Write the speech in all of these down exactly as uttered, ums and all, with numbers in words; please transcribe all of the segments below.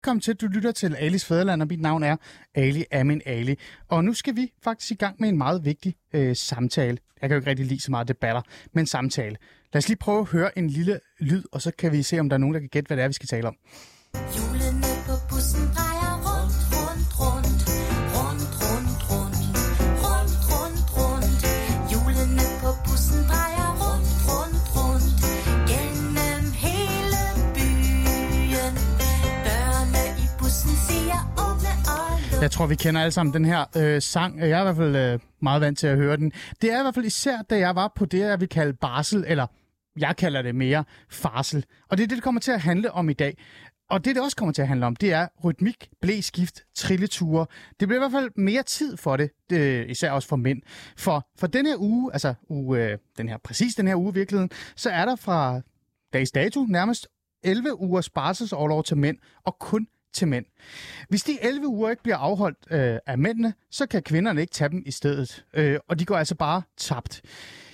Velkommen til, du lytter til Alis Fædreland, og mit navn er Ali Amin Ali. Og nu skal vi faktisk i gang med en meget vigtig øh, samtale. Jeg kan jo ikke rigtig lide så meget debatter, men samtale. Lad os lige prøve at høre en lille lyd, og så kan vi se, om der er nogen, der kan gætte, hvad det er, vi skal tale om. Hjulene på bussen drejer rundt, rundt, rundt, rundt, rundt, rundt, rundt, rundt, rundt. Hjulene på bussen drejer rundt, rundt, rundt, gennem hele byen. Børne i bussen siger åbne og luk. Jeg tror, vi kender alle sammen den her øh, sang. Jeg er i hvert fald øh, meget vant til at høre den. Det er i hvert fald især, da jeg var på det, jeg vil kalde barsel, eller jeg kalder det mere farsel. Og det er det, det kommer til at handle om i dag. Og det, det også kommer til at handle om, det er rytmik, blæskift, trilleture. Det bliver i hvert fald mere tid for det, det især også for mænd. For, for den her uge, altså uge, den her, præcis den her uge i virkeligheden, så er der fra dags dato nærmest elleve ugers barselsorlov til mænd, og kun til mænd. Hvis de elleve uger ikke bliver afholdt øh, af mændene, så kan kvinderne ikke tage dem i stedet. Øh, og de går altså bare tabt.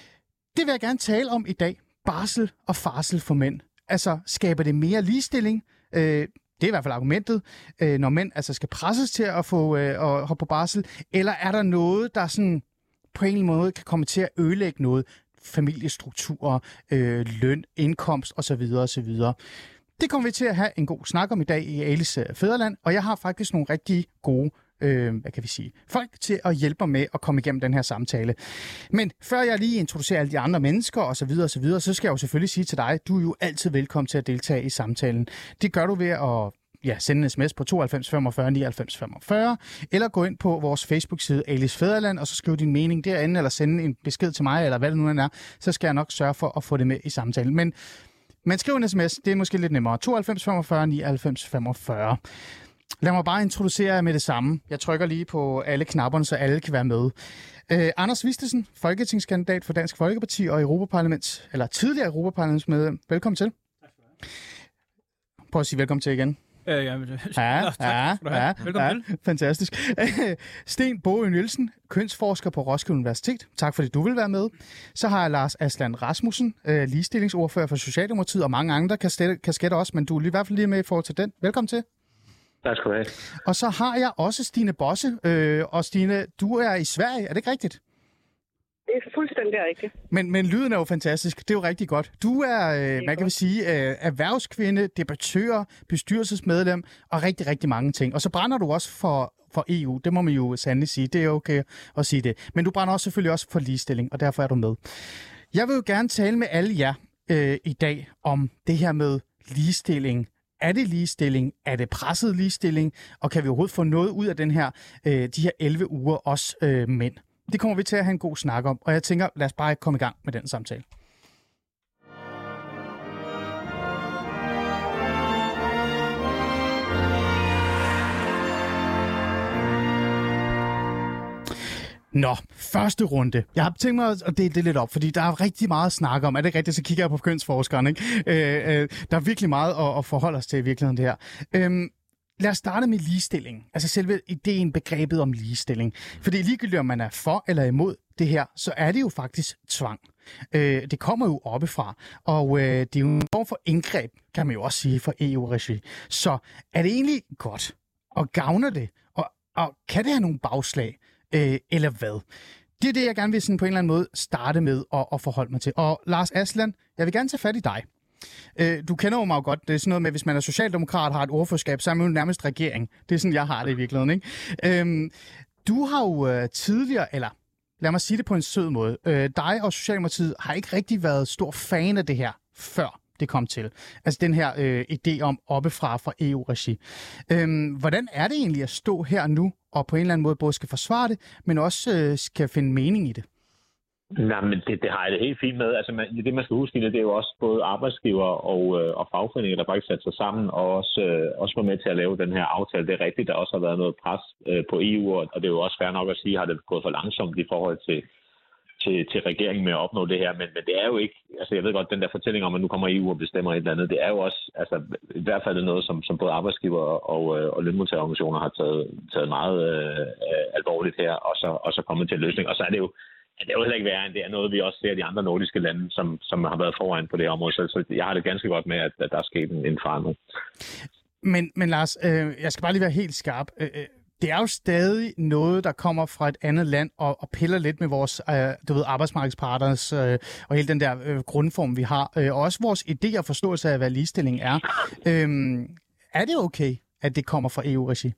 Det vil jeg gerne tale om i dag. Barsel og farsel for mænd. Altså, skaber det mere ligestilling? Øh, det er i hvert fald argumentet, øh, når mænd altså skal presses til at få øh, at hoppe på barsel. Eller er der noget, der sådan på en eller anden måde kan komme til at ødelægge noget? Familiestrukturer, øh, løn, indkomst osv. osv. Det kommer vi til at have en god snak om i dag i Alis Fædreland, og jeg har faktisk nogle rigtig gode øh, hvad kan vi sige, folk til at hjælpe mig med at komme igennem den her samtale. Men før jeg lige introducerer alle de andre mennesker osv., osv., så skal jeg jo selvfølgelig sige til dig, du er jo altid velkommen til at deltage i samtalen. Det gør du ved at ja, sende en sms på tooghalvfems femogfyrre nioghalvfems femogfyrre, eller gå ind på vores Facebook-side Alis Fædreland, og så skriv din mening derinde, eller sende en besked til mig, eller hvad det nu er, så skal jeg nok sørge for at få det med i samtalen. Men man skriver en sms, det er måske lidt nemmere. tooghalvfems femogfyrre nioghalvfems femogfyrre. Lad mig bare introducere jer med det samme. Jeg trykker lige på alle knapperne, så alle kan være med. Uh, Anders Vistesen, folketingskandidat for Dansk Folkeparti og Europaparlaments, eller tidligere Europaparlamentsmedlem. Velkommen til. Tak skal du have. Prøv at sige velkommen til igen. Ja, ja, men... ja, Nå, tak, ja, ja, velkommen ja, fantastisk. Sten Bogø Nielsen, kønsforsker på Roskilde Universitet. Tak fordi du vil være med. Så har jeg Lars Aslan Rasmussen, ligestillingsordfører for Socialdemokratiet, og mange andre kasketter også, men du er i hvert fald lige med i forhold til den. Velkommen til. Tak skal du have. Og så har jeg også Stine Bosse. Øh, og Stine, du er i Sverige, er det ikke rigtigt? Det er fuldstændig rigtigt. Men, men lyden er jo fantastisk. Det er jo rigtig godt. Du er, øh, hvad kan vi sige, øh, erhvervskvinde, debattør, bestyrelsesmedlem og rigtig, rigtig mange ting. Og så brænder du også for, for E U. Det må man jo sandelig sige. Det er okay at sige det. Men du brænder også selvfølgelig også for ligestilling, og derfor er du med. Jeg vil jo gerne tale med alle jer øh, i dag om det her med ligestilling. Er det ligestilling? Er det presset ligestilling? Og kan vi overhovedet få noget ud af den her, øh, de her elleve uger, også øh, mænd? Det kommer vi til at have en god snak om, og jeg tænker, lad os bare komme i gang med den samtale. Nå, første runde. Jeg har tænkt mig at dele det lidt op, fordi der er rigtig meget at snakke om. Er det rigtigt, så kigger jeg på kønsforskeren, ikke? Øh, øh, der er virkelig meget at, at forholde os til i virkeligheden det her. Øh, Lad os starte med ligestilling. Altså selve ideen, begrebet om ligestilling. Fordi ligegyldigt om man er for eller imod det her, så er det jo faktisk tvang. Øh, det kommer jo oppefra, og øh, det er jo en form for indgreb, kan man jo også sige, for E U-regi. Så er det egentlig godt, og gavner det, og, og kan det have nogle bagslag, øh, eller hvad? Det er det, jeg gerne vil sådan på en eller anden måde starte med at, at forholde mig til. Og Lars Aslan, jeg vil gerne tage fat i dig. Du kender jo mig jo godt. Det er sådan noget med, hvis man er socialdemokrat og har et ordførerskab, så er man jo nærmest regering. Det er sådan, jeg har det i virkeligheden, ikke? Øhm, du har jo tidligere, eller lad mig sige det på en sød måde, øh, dig og Socialdemokratiet har ikke rigtig været stor fan af det her, før det kom til. Altså den her øh, idé om oppefra fra E U-regi. Øhm, hvordan er det egentlig at stå her nu, og på en eller anden måde både skal forsvare det, men også øh, skal finde mening i det? Nej, men det, det har jeg det helt fint med. Altså, man, det man skal huske, det er jo også både arbejdsgiver og, øh, og fagforeninger, der faktisk satte sig sammen og også, øh, også var med til at lave den her aftale. Det er rigtigt, der også har været noget pres øh, på E U, og det er jo også fair nok at sige, har det gået for langsomt i forhold til, til, til regeringen med at opnå det her. Men, men det er jo ikke, altså jeg ved godt, den der fortælling om, at nu kommer E U og bestemmer et eller andet, det er jo også, altså i hvert fald noget, som, som både arbejdsgiver og, øh, og lønmodtagerorganisationer har taget, taget meget øh, alvorligt her, og så, og så kommet til en løsning. Og så er det jo det er jo heller ikke værre, end det er noget, vi også ser i de andre nordiske lande, som, som har været foran på det område. Så, så jeg har det ganske godt med, at, at der er sket en, en forandring. Men, men Lars, øh, jeg skal bare lige være helt skarp. Øh, det er jo stadig noget, der kommer fra et andet land og, og piller lidt med vores øh, du ved, arbejdsmarkedspartners øh, og hele den der øh, grundform, vi har. Øh, og også vores idé og forståelse af, hvad ligestilling er. Øh, er det okay, at det kommer fra E U-regi?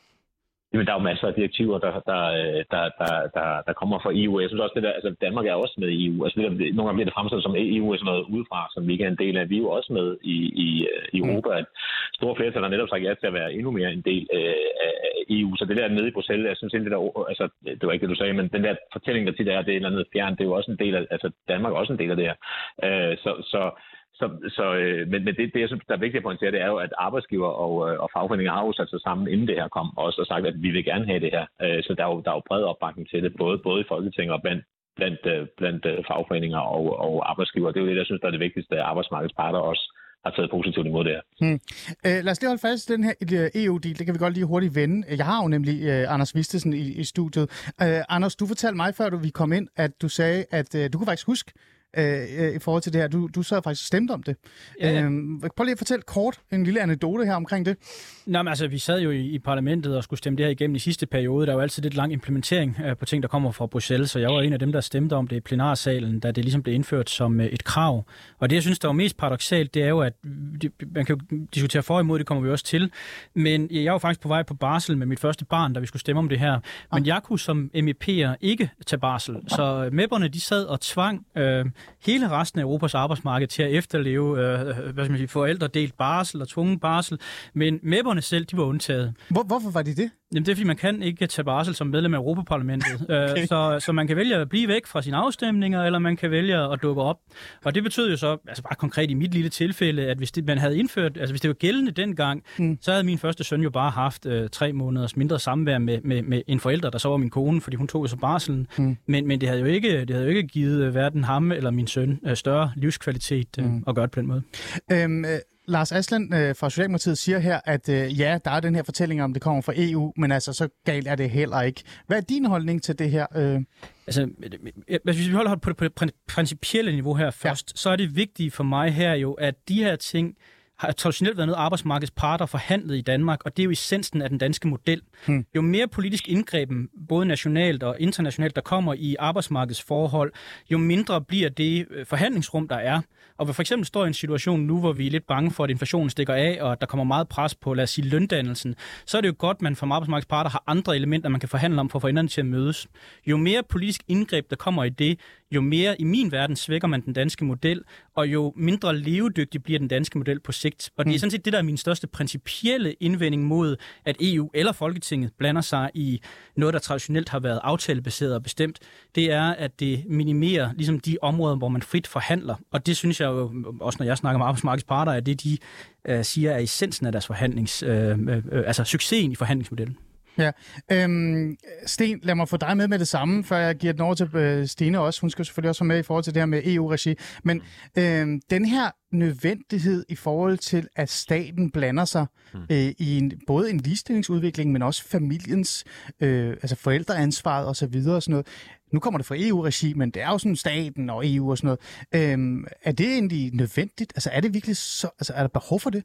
Jamen, der er jo masser af direktiver, der, der, der, der, der, der kommer fra E U. Jeg synes også, det der, altså Danmark er også med i E U. Altså, det der, nogle gange bliver det fremstillet som E U er sådan noget udefra, som vi ikke er en del af. Vi er jo også med i, i, i Europa. Et store flertal har netop sagt ja til at være endnu mere en del af E U. Så det der nede i Bruxelles, jeg synes det der, altså, det var ikke det, du sagde, men den der fortælling, der tit er, det er et eller andet fjern, det er jo også en del af, altså Danmark er også en del af det her. Så, så Så, så, øh, men men det, det, jeg synes, der er vigtigt at pointere, det er jo, at arbejdsgiver og, øh, og fagforeninger har jo sat sig sammen, inden det her kom, og også sagt, at vi vil gerne have det her. Øh, så der er, jo, der er jo bred opbakning til det, både, både i Folketinget og blandt, blandt, øh, blandt øh, fagforeninger og, og arbejdsgiver. Det er jo det, jeg synes, der er det vigtigste, at arbejdsmarkedets parter også har taget positivt imod det her. Hmm. Øh, lad os lige holde fast i den her E U-deal. Det kan vi godt lige hurtigt vende. Jeg har jo nemlig øh, Anders Vistesen i, i studiet. Øh, Anders, du fortalte mig, før du vi kom ind, at du sagde, at øh, du kunne faktisk huske, Øh, i forhold til det her. Du, du sad faktisk og stemte om det. Ja, ja. Øh, prøv lige at fortælle kort en lille anekdote her omkring det. Nå, men altså, vi sad jo i, i parlamentet og skulle stemme det her igennem i sidste periode. Der er jo altid lidt lang implementering øh, på ting, der kommer fra Bruxelles, så jeg var en af dem, der stemte om det i plenarsalen, da det ligesom blev indført som øh, et krav. Og det, jeg synes, der var mest paradoksalt, det er jo, at det, man kan jo diskutere for og imod, det kommer vi også til. Men jeg var faktisk på vej på barsel med mit første barn, da vi skulle stemme om det her. Men jeg kunne som M E P'er ikke tage barsel. Så mæpperne, de sad og tvang øh, hele resten af Europas arbejdsmarked til at efterleve øh, hvad skal man sige, forældredelt barsel og tvungen barsel, men mæpperne selv, de var undtaget. Hvor, hvorfor var de det? Jamen, det er, fordi man kan ikke tage barsel som medlem af Europaparlamentet. Okay. så, så man kan vælge at blive væk fra sine afstemninger, eller man kan vælge at dukke op. Og det betød jo så, altså bare konkret i mit lille tilfælde, at hvis det, man havde indført, altså hvis det var gældende dengang, mm. så havde min første søn jo bare haft øh, tre måneders mindre samvær med, med, med en forælder, der så var min kone, fordi hun tog så barselen. Mm. Men, men det havde jo ikke, det havde jo ikke givet øh, hverken ham eller min søn øh, større livskvalitet øh, mm. at gøre det på den måde. Øhm, øh... Lars Aslan øh, fra Socialdemokratiet siger her, at øh, ja, der er den her fortælling om, det kommer fra E U, men altså så galt er det heller ikke. Hvad er din holdning til det her? Øh? Altså, hvis vi holder på det, på det principielle niveau her først, ja. Så er det vigtigt for mig her jo, at de her ting har traditionelt været noget arbejdsmarkedets parter forhandlet i Danmark, og det er jo essensen af den danske model. Hmm. Jo mere politisk indgreben, både nationalt og internationalt, der kommer i arbejdsmarkedets forhold, jo mindre bliver det forhandlingsrum, der er. Og hvis for eksempel står i en situation nu, hvor vi er lidt bange for, at inflationen stikker af, og der kommer meget pres på, lad os sige, løndannelsen, så er det jo godt, at man fra arbejdsmarkedets parter har andre elementer, man kan forhandle om for at få enderne til at mødes. Jo mere politisk indgreb, der kommer i det, jo mere i min verden svækker man den danske model, og jo mindre levedygtig bliver den danske model på sigt. Og det er sådan set det, der er min største principielle indvending mod, at E U eller Folketinget blander sig i noget, der traditionelt har været aftalebaseret og bestemt. Det er, at det minimerer ligesom de områder, hvor man frit forhandler. Og det synes jeg jo, også når jeg snakker om arbejdsmarkedets parter, at det de øh, siger er essensen af deres forhandlings, øh, øh, altså succesen i forhandlingsmodellen. Ja. Øhm, Sten, lad mig få dig med med det samme, før jeg giver den over til øh, Stine også. Hun skal selvfølgelig også være med i forhold til det her med E U-regi. Men øhm, den her nødvendighed i forhold til, at staten blander sig hmm. øh, i en, både en ligestillingsudvikling, men også familiens, øh, altså forældreansvaret osv. og sådan noget. Nu kommer det fra E U-regi, men det er jo sådan staten og E U og sådan noget. Øhm, er det egentlig nødvendigt? Altså er det virkelig så, altså er der behov for det?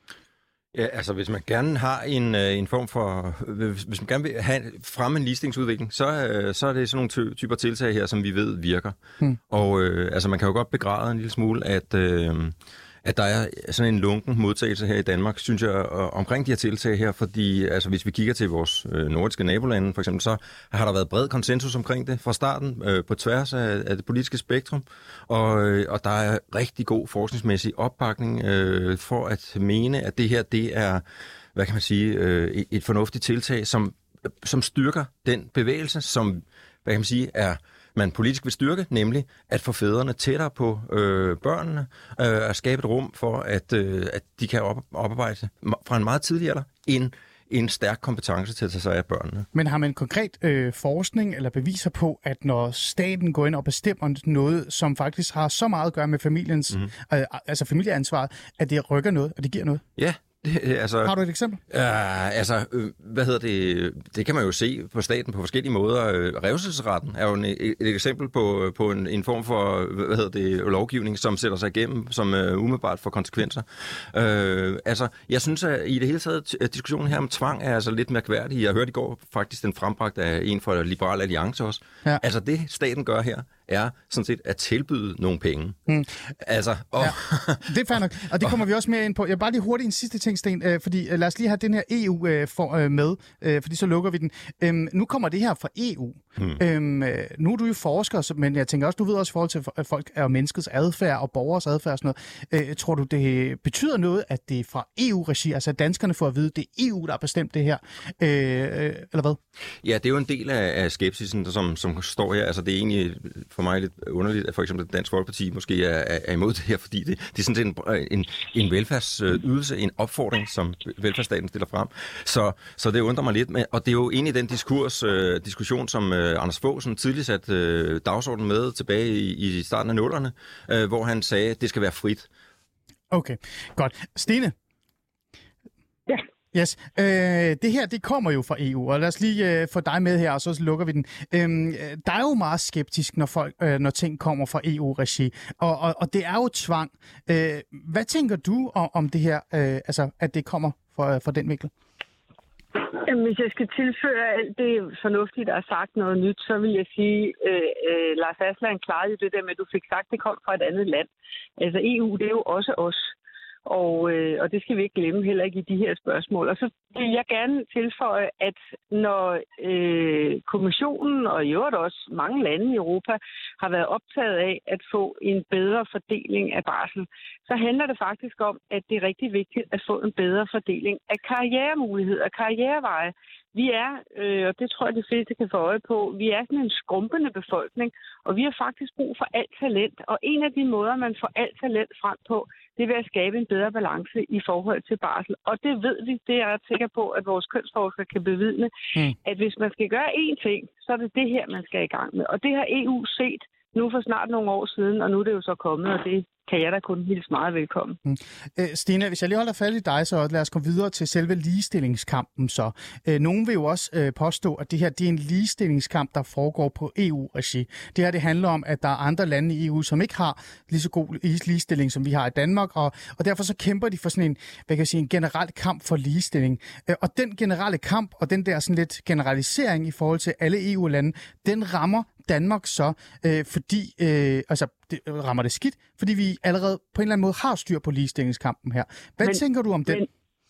Ja, altså hvis man gerne har en, en form for, hvis, hvis man gerne vil have fremme en ligestillingsudvikling, så, så er det sådan nogle ty- typer tiltag her, som vi ved virker. Hmm. Og øh, altså man kan jo godt begræde en lille smule, at, øh, at der er sådan en lunken modtagelse her i Danmark, synes jeg, omkring de her tiltag her, fordi altså hvis vi kigger til vores øh, nordiske nabolande for eksempel, så har der været bred konsensus omkring det fra starten øh, på tværs af, af det politiske spektrum, og, øh, og der er rigtig god forskningsmæssig opbakning øh, for at mene, at det her, det er, hvad kan man sige, øh, et, et fornuftigt tiltag, som, som styrker den bevægelse, som, hvad kan man sige, er man politisk vil styrke, nemlig at få fædrene tættere på øh, børnene, øh, at skabe et rum for, at, øh, at de kan op, oparbejde fra en meget tidlig alder en, en stærk kompetence til at tage sig af børnene. Men har man konkret øh, forskning eller beviser på, at når staten går ind og bestemmer noget, som faktisk har så meget at gøre med familiens, mm-hmm. øh, altså familieansvaret, at det rykker noget, og det giver noget? Ja, Det, altså, Har du et eksempel? Øh, altså, øh, hvad hedder det? Det kan man jo se på staten på forskellige måder. Øh, revselsesretten er jo en, et, et eksempel på, på en, en form for, hvad hedder det, lovgivning, som sætter sig igennem, som øh, umiddelbart får konsekvenser. Øh, altså, jeg synes, at i det hele taget, at diskussionen her om tvang er altså lidt mærkværdig. Jeg hørte i går faktisk den frembragt af en fra Liberal Alliance også. Ja. Altså, det staten gør her, er sådan set at tilbyde nogle penge. Hmm. Altså, og... ja, det er fair nok, og det kommer vi også mere ind på. Jeg vil bare lige hurtigt en sidste ting, Sten, øh, fordi øh, lad os lige have den her E U øh, for, øh, med, øh, fordi så lukker vi den. Øhm, nu kommer det her fra E U. Hmm. Øhm, øh, nu er du jo forsker, men jeg tænker også, du ved også i forhold til at folk er menneskets adfærd og borgers adfærd og sådan noget. Øh, tror du, det betyder noget, at det er fra E U-regi, altså at danskerne får at vide, at det er E U, der har bestemt det her? Øh, øh, eller hvad? Ja, det er jo en del af, af skepsisen, som, som står her. Altså, det er egentlig for mig lidt underligt, at for eksempel Dansk Folkeparti måske er, er imod det her, fordi det, det er sådan set en, en, en velfærdsydelse, en opfordring, som velfærdsstaten stiller frem. Så, så det undrer mig lidt. Med, og det er jo egentlig den diskurs, øh, diskussion, som øh, Anders Fogh sådan tidligt satte øh, dagsordenen med tilbage i, i starten af nullerne, øh, hvor han sagde, at det skal være frit. Okay, godt. Stine? Ja. Yes. Øh, det her, det kommer jo fra E U, og lad os lige øh, få dig med her, og så lukker vi den. Øh, der er jo meget skeptisk, når, folk, øh, når ting kommer fra E U-regi, og, og, og det er jo tvang. Øh, hvad tænker du om, om det her, øh, altså at det kommer fra, fra den vinkel? Jamen, hvis jeg skal tilføre alt det fornuftige, der er sagt noget nyt, så vil jeg sige, øh, øh, Lars Aslan klarede jo det der med, at du fik sagt, at det kom fra et andet land. Altså E U, det er jo også os. Og, øh, og det skal vi ikke glemme, heller ikke i de her spørgsmål. Og så vil jeg gerne tilføje, at når øh, kommissionen og i øvrigt også mange lande i Europa har været optaget af at få en bedre fordeling af barsel, så handler det faktisk om, at det er rigtig vigtigt at få en bedre fordeling af karrieremuligheder og karriereveje. Vi er, øh, og det tror jeg, de fleste kan få øje på, vi er sådan en skrumpende befolkning, og vi har faktisk brug for alt talent. Og en af de måder, man får alt talent frem på, det er ved at skabe en bedre balance i forhold til barsel. Og det ved vi, det er jeg ret sikker på, at vores kønsforskere kan bevidne, mm. at hvis man skal gøre én ting, så er det det her, man skal i gang med. Og det har E U set nu for snart nogle år siden, og nu er det jo så kommet, og det kan jeg da kun hilse meget velkommen. Mm. Øh, Stine, hvis jeg lige holder fat i dig, så lad os gå videre til selve ligestillingskampen så. Øh, nogen vil jo også øh, påstå, at det her det er en ligestillingskamp, der foregår på E U-regi. Det her det handler om, at der er andre lande i E U, som ikke har lige så god ligestilling, som vi har i Danmark, og, og derfor så kæmper de for sådan en, hvad kan jeg sige, en generel kamp for ligestilling. Øh, og den generelle kamp, og den der sådan lidt generalisering i forhold til alle E U-lande, den rammer Danmark så, øh, fordi, øh, altså det rammer det skidt, fordi vi allerede på en eller anden måde har styr på ligestillingskampen her. Hvad men, tænker du om den? Men,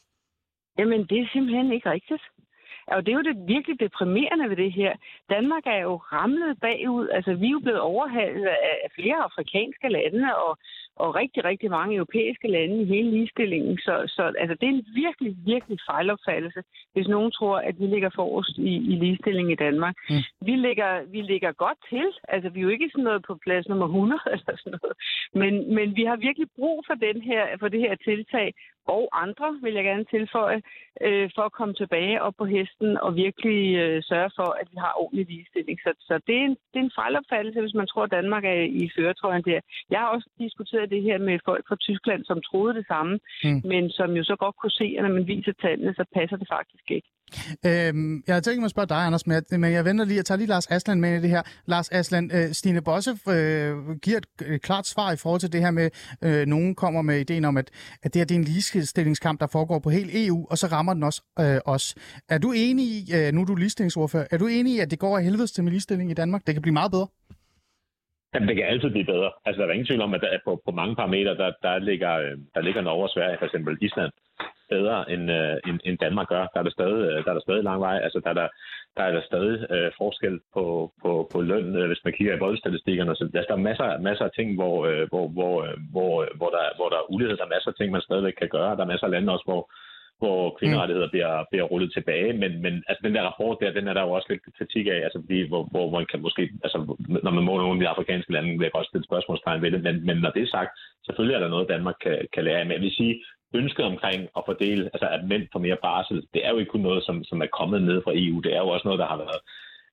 jamen, det er simpelthen ikke rigtigt. Og det er jo det virkelig deprimerende ved det her. Danmark er jo ramlet bagud. Altså, vi er jo blevet overhalet af flere afrikanske lande og, og rigtig, rigtig mange europæiske lande i hele ligestillingen. Så, så altså, det er en virkelig, virkelig fejlopfattelse, hvis nogen tror, at vi ligger forrest i, i ligestilling i Danmark. Mm. Vi, ligger, vi ligger godt til. Altså, vi er jo ikke sådan noget på plads nummer hundrede eller sådan noget. Men, men vi har virkelig brug for, den her, for det her tiltag, og andre, vil jeg gerne tilføje, øh, for at komme tilbage op på hesten og virkelig øh, sørge for, at vi har ordentlig ligestilling. Så, så det, er en, det er en fejlopfattelse, hvis man tror, at Danmark er i førertrøjen der. Jeg har også diskuteret det her med folk fra Tyskland, som troede det samme, mm. men som jo så godt kunne se, at når man viser tallene, så passer det faktisk ikke. Øhm, jeg har tænkt mig at spørge dig, Anders, men jeg venter lige. Jeg tager lige Lars Aslan med i det her. Lars Aslan, øh, Stine Bosse øh, giver et, et klart svar i forhold til det her med, øh, nogen kommer med ideen om, at, at det her det er en ligestillingskamp, der foregår på hele E U, og så rammer den også øh, os. Er du enig i, øh, nu er du ligestillingsordfører, er du enig i, at det går af helvedes til med ligestilling i Danmark? Det kan blive meget bedre? Jamen, det kan altid blive bedre. Altså, der er ingen tvivl om, at der er på, på mange parametre, der, der, ligger, der ligger Norge og Sverige, for eksempel Island, bedre end, øh, end, end Danmark gør. Der er der stadig, der er der stadig lang vej. Altså, der er der, der, er der stadig øh, forskel på, på, på løn, øh, hvis man kigger i voldstatistikkerne. Så der er masser, masser af ting, hvor, øh, hvor, hvor, hvor, hvor, der, hvor der er ulighed. Der er masser af ting, man stadigvæk kan gøre. Der er masser af lande også, hvor hvor kvinderettigheder bliver, bliver rullet tilbage, men, men altså, den der rapport der, den er der jo også lidt kritik af, altså, fordi, hvor, hvor man kan måske, altså, når man måler nogle af de afrikanske lande, vil jeg også stille spørgsmålstegn ved det, men, men når det er sagt, selvfølgelig er der noget, Danmark kan, kan lære af, men jeg vil sige, ønsket omkring at fordele, altså at mænd får mere barsel, det er jo ikke kun noget, som, som er kommet ned fra E U, det er jo også noget, der har været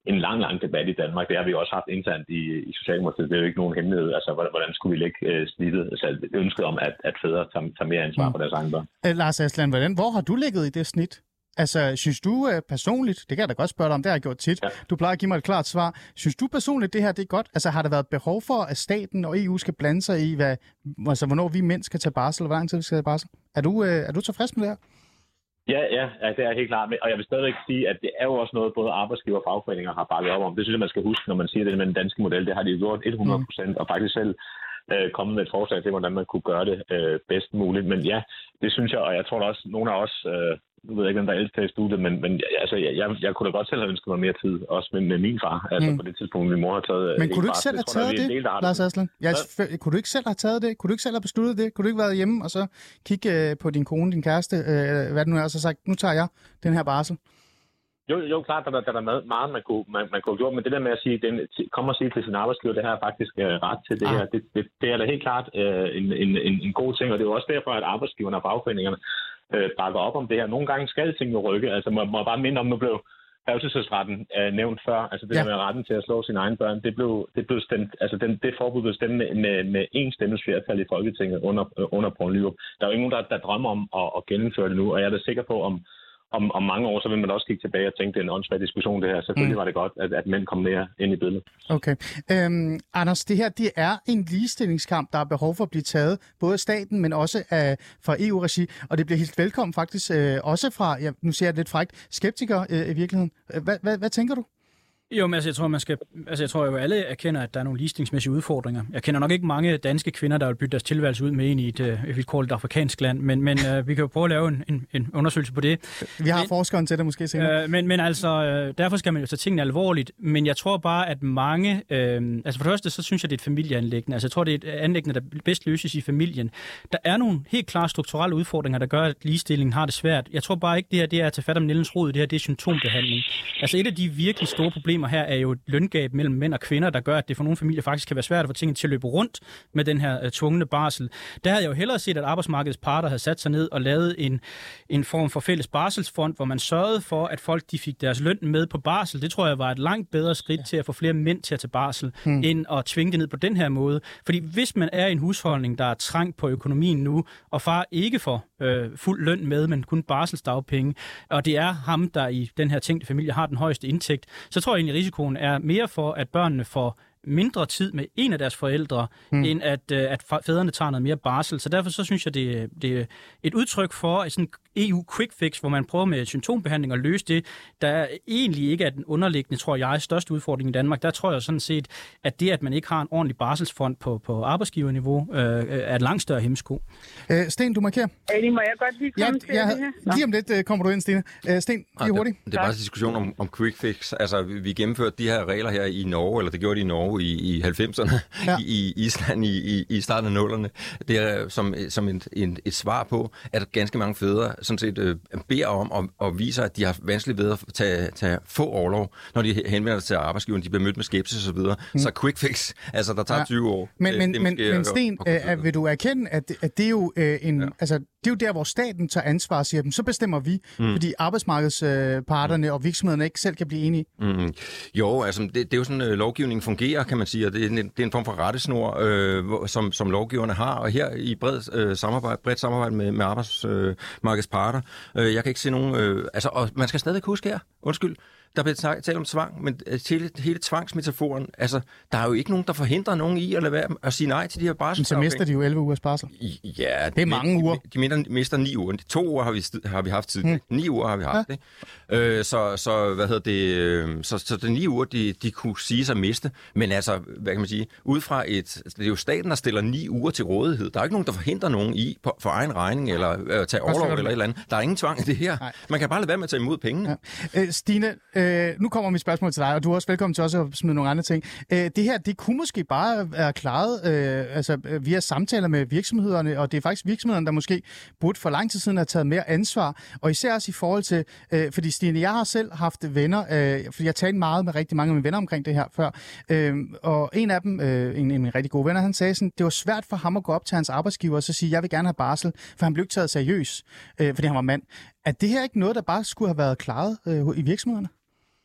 en lang, lang debat i Danmark. Det har vi også haft internt i, i Socialdemokratiet. Det er jo ikke nogen hemmelighed. Altså, hvordan skulle vi lægge øh, snittet? Altså, ønsket om, at, at fædre tager, tager mere ansvar for deres egen børn. Øh, Lars Aslan, hvordan, hvor har du ligget i det snit? Altså, synes du øh, personligt, det kan jeg da godt spørge dig om, det har jeg gjort tit, ja. Du plejer at give mig et klart svar. Synes du personligt, det her det er godt? Altså, har der været behov for, at staten og E U skal blande sig i, hvad, altså, hvornår vi mænd skal tage barsel, og hvor lang tid vi skal tage barsel? Er du, øh, er du tilfreds med det her? Ja, ja, ja, det er helt klart. Og jeg vil stadigvæk sige, at det er jo også noget, både arbejdsgiver og fagforeninger har bakket op om. Det synes jeg, man skal huske, når man siger det med den danske model. Det har de gjort hundrede procent, mm. og faktisk selv øh, kommet med et forslag til, hvordan man kunne gøre det øh, bedst muligt. Men ja, det synes jeg, og jeg tror da også, nogle af os... Øh, nu ved jeg ikke, hvem der er ældst i studiet, men, men altså, jeg, jeg, jeg kunne da godt selv have ønsket mig mere tid, også med, med min far. Altså mm. på det tidspunkt, min mor har taget... Men kunne du ikke selv have taget det, del, Lars Aslan? Jeg, kunne du ikke selv have taget det? Kunne du ikke selv have besluttet det? Kunne du ikke være hjemme og så kigge øh, på din kone, din kæreste, øh, hvad det nu er, og så sagt, nu tager jeg den her barsel? Jo, jo, klart, der, der, der er meget, man kunne, man, man kunne have gjort, men det der med at sige, den, komme og sige til sin arbejdsgiver, det her er faktisk øh, ret til det ah. her, det, det, det er da helt klart øh, en, en, en, en god ting, og det er jo også derfor, at arbejdsgiverne og fagforeningerne øh, bakker op om det her. Nogle gange skal ting jo rykke, altså må, må jeg bare minde om, nu blev revselsesretten øh, nævnt før, altså det ja. der med retten til at slå sine egne børn, det blev, det blev stemt, altså den, det forbud blev stemt med, med, med én stemmes flertal i Folketinget under, øh, under Poul Nyrup. Der er jo ingen, der, der drømmer om at, at gennemføre det nu, og jeg er da sikker på, om Om, om mange år, så vil man også kigge tilbage og tænke, det er en åndssvag diskussion, det her. Selvfølgelig mm. var det godt, at, at mænd kom mere ind i billedet. Okay. Øhm, Anders, det her, det er en ligestillingskamp, der er behov for at blive taget, både af staten, men også af, fra E U-regi, og det bliver helt velkommen faktisk, øh, også fra, ja, nu siger jeg det lidt frækt, skeptikere øh, i virkeligheden. Hvad, hvad, hvad tænker du? Jo, men altså, jeg tror, man skal, altså, jeg tror jo, alle erkender, at der er nogle ligestillingsmæssige udfordringer. Jeg kender nok ikke mange danske kvinder, der vil bytte deres tilværelse ud med en i et, jeg vil kalde det afrikansk land, men, men uh, vi kan jo prøve at lave en, en, en undersøgelse på det. Vi har men, forskeren til det måske senere. Øh, men, men altså, øh, derfor skal man jo tage tingene alvorligt, men jeg tror bare, at mange, øh, altså for det første, så synes jeg, det er et familieanliggende. Altså jeg tror, det er et anliggende, der bedst løses i familien. Der er nogle helt klare strukturelle udfordringer, der gør, at ligestillingen har det svært. Jeg tror bare ikke, det her det er at tage fat om nældens rod, det her det er symptombehandling. Altså et af de virkelig store problemer her er jo et løngab mellem mænd og kvinder, der gør, at det for nogle familier faktisk kan være svært at få tingene til at løbe rundt med den her uh, tvungne barsel. Der havde jeg jo hellere set, at arbejdsmarkedets parter havde sat sig ned og lavet en, en form for fælles barselsfond, hvor man sørgede for, at folk de fik deres løn med på barsel. Det tror jeg var et langt bedre skridt ja. til at få flere mænd til at tage barsel, hmm. end at tvinge det ned på den her måde. Fordi hvis man er i en husholdning, der er trængt på økonomien nu, og far ikke får øh, fuld løn med, men kun barselsdagpenge, og det er ham, der i den her tænkte familie har den højeste indtægt, så tror jeg egentlig, at risikoen er mere for, at børnene får mindre tid med en af deres forældre, mm. end at, at fædrene tager noget mere barsel. Så derfor så synes jeg, det, det er et udtryk for et sådan E U quick fix, hvor man prøver med symptombehandling at løse det, der egentlig ikke er den underliggende, tror jeg, største udfordring i Danmark. Der tror jeg sådan set, at det, at man ikke har en ordentlig barselsfond på, på arbejdsgiverniveau, øh, er et langt større hemsko. Øh, Sten, du markerer. Ja, det må jeg godt lige komme ja, til ja, det her. Lige om lidt uh, kommer du ind, Stine. Uh, Sten, lige hurtigt. Det, det er bare en diskussion om, om quick fix. Altså, vi gennemførte de her regler her i Norge, eller det gjorde de i Norge i, i halvfemserne, ja. i, i Island i, i, i starten af nullerne. Det er som, som et, et, et svar på, at ganske mange fædre sådan set øh, beder om og, og viser, at de har vanskeligt ved at tage, tage få overlov, når de henvender sig til arbejdsgiveren. De bliver mødt med skepsis og så videre. Mm. Så quick fix, altså der tager ja. tyve år. Men, det, men, det men, men Sten, øh, vil du erkende, at, at det er jo øh, en... Ja. Altså, det er jo der, hvor staten tager ansvar og siger, dem, så bestemmer vi, mm. fordi arbejdsmarkedsparterne øh, og virksomhederne ikke selv kan blive enige. Mm. Jo, altså det, det er jo sådan, øh, lovgivningen fungerer, kan man sige, og det er en, det er en form for rettesnor, øh, som, som lovgiverne har, og her i bred øh, samarbejde, bredt samarbejde med, med arbejdsmarkedsparter. Øh, jeg kan ikke se nogen... Øh, altså, og man skal stadig huske her, undskyld, der bliver talt om tvang, men hele, hele tvangsmetaforen, altså, der er jo ikke nogen, der forhindrer nogen i at lade være at sige nej til de her barselsdagpenge. Men så mister de jo elleve ugers barsel. Ja, det er mange de, uger. De, de mister ni uger. To uger har vi, har vi haft tidligere. Hmm. Ni uger har vi haft, ja. ikke? Øh, så, så, hvad hedder det, så, så de ni uger, de, de kunne sige sig miste, men altså, hvad kan man sige, ud fra et, det er jo staten, der stiller ni uger til rådighed. Der er ikke nogen, der forhindrer nogen i på, for egen regning, eller øh, tage overlov eller et eller andet. Der er ingen tvang i det her. Nej. Man kan bare lade være med at tage imod pengene. Ja. Øh, Stine, øh, nu kommer mit spørgsmål til dig, og du er også velkommen til også at smide nogle andre ting. Øh, det her, det kunne måske bare være klaret øh, altså, via samtaler med virksomhederne, og det er faktisk virksomhederne, der måske burde for lang tid siden have taget mere ansvar, og især også i forhold til, øh, fordi Stine, jeg har selv haft venner, øh, fordi jeg talte meget med rigtig mange af mine venner omkring det her før, øh, og en af dem, øh, en af mine rigtig gode venner, han sagde sådan, det var svært for ham at gå op til hans arbejdsgiver og så sige, jeg vil gerne have barsel, for han blev ikke taget seriøs, øh, fordi han var mand. Er det her ikke noget, der bare skulle have været klaret øh, i virksomhederne?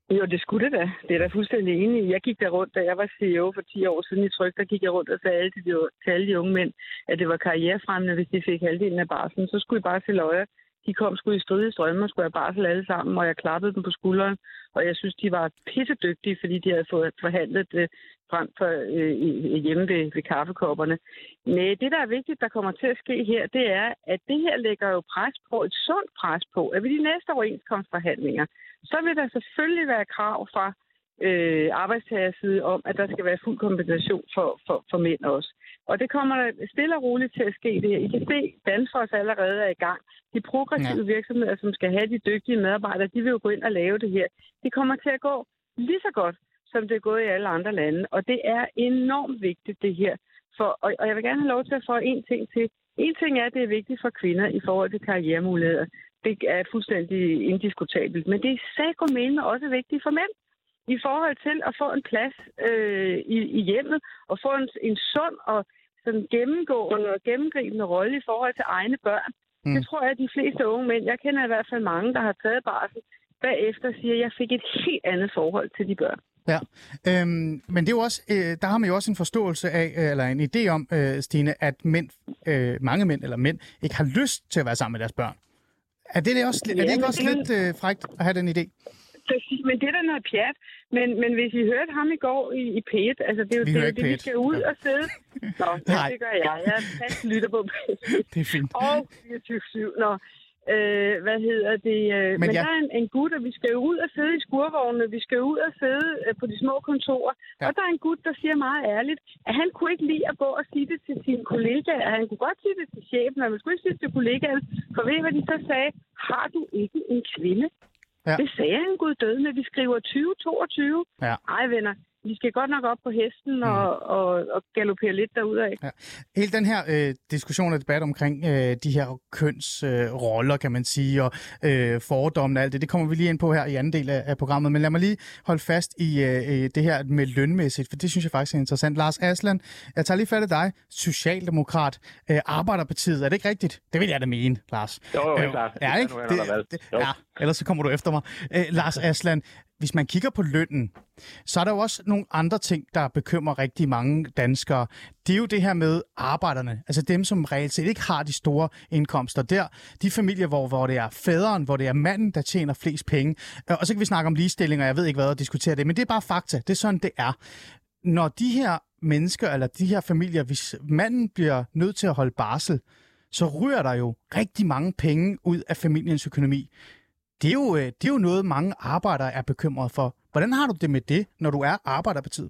Jo, det skulle det da. Det er da fuldstændig enig i. Jeg gik der rundt, da jeg var C E O for ti år siden i Tryg, der gik jeg rundt og sagde alle de, til alle de unge mænd, at det var karrierefremmende, hvis de fik halvdelen af barslen. Så skulle I bare se løjer. De kom sgu i stridige strømme og skulle have barsel alle sammen, og jeg klappede dem på skulderen. Og jeg synes, de var pissedygtige, fordi de havde fået forhandlet det frem for øh, hjemme ved, ved kaffekopperne. Men det, der er vigtigt, der kommer til at ske her, det er, at det her lægger jo pres på, et sundt pres på, at ved de næste overenskomstforhandlinger, så vil der selvfølgelig være krav fra øh, arbejdstagerside om, at der skal være fuld kompensation for, for, for mænd også. Og det kommer der stille og roligt til at ske det her. I kan se, at Danfoss allerede er i gang. De progressive ja. virksomheder, som skal have de dygtige medarbejdere, de vil jo gå ind og lave det her. Det kommer til at gå lige så godt, som det er gået i alle andre lande. Og det er enormt vigtigt, det her. For, og, og jeg vil gerne have lov til at få en ting til. En ting er, at det er vigtigt for kvinder i forhold til karrieremuligheder. Det er fuldstændig indiskutabelt. Men det er sædkomene også vigtigt for mænd. I forhold til at få en plads øh, i, i hjemmet og få en, en sund og sådan gennemgående og gennemgribende rolle i forhold til egne børn. Mm. Det tror jeg, at de fleste unge mænd, jeg kender i hvert fald mange, der har taget barsel, bagefter siger, at jeg fik et helt andet forhold til de børn. Ja, øhm, men det er jo også, øh, der har man jo også en forståelse af, øh, eller en idé om, øh, Stine, at mænd, øh, mange mænd eller mænd ikke har lyst til at være sammen med deres børn. Er det, det også, ja, er det ikke også det... lidt øh, frækt at have den idé? Præcis, men det er da noget pjat. Men, men hvis I hørte ham i går i, i P et, altså det er jo vi det, det vi skal ud ja. og sidde. Nå, ja, det gør jeg. Jeg er fast lytter på P et. Det er fint. Og fireogtyve syv. Nå, øh, hvad hedder det? Øh, men men ja. der er en, en gut, og vi skal jo ud og sidde i skurvognene. Vi skal jo ud og sidde øh, på de små kontorer. Ja. Og der er en gut, der siger meget ærligt, at han kunne ikke lide at gå og sige det til sine kollegaer. Han kunne godt sige det til chefen, men han skulle ikke sige det til kollegaerne. For ved I, hvad de så sagde? Har du ikke en kvinde? Ja. Det sagde han gud død med. Vi skriver tyve toogtyve. Ja. Ej, venner. Vi skal godt nok op på hesten og, mm. og, og galopere lidt derudad. Ja. Hele den her øh, diskussion og debat omkring øh, de her kønsroller, øh, kan man sige, og øh, fordommene og alt det, det kommer vi lige ind på her i anden del af, af programmet. Men lad mig lige holde fast i øh, det her med lønmæssigt, for det synes jeg faktisk er interessant. Lars Aslan, jeg tager lige fat i dig. Socialdemokrat, øh, Arbejderpartiet, er det ikke rigtigt? Det vil jeg da mene, Lars. Jo, jo, øh, klart. Ja, ikke? Det, det, ja, ellers så kommer du efter mig. Øh, Lars Aslan, hvis man kigger på lønnen, så er der jo også nogle andre ting, der bekymrer rigtig mange danskere. Det er jo det her med arbejderne, altså dem, som reelt set ikke har de store indkomster der. De familier, hvor, hvor det er fædren, hvor det er manden, der tjener flest penge. Og så kan vi snakke om ligestilling, og jeg ved ikke hvad at diskutere det, men det er bare fakta. Det er sådan, det er. Når de her mennesker, eller de her familier, hvis manden bliver nødt til at holde barsel, så ryger der jo rigtig mange penge ud af familiens økonomi. Det er, jo, det er jo noget, mange arbejdere er bekymrede for. Hvordan har du det med det, når du er Arbejderpartiet?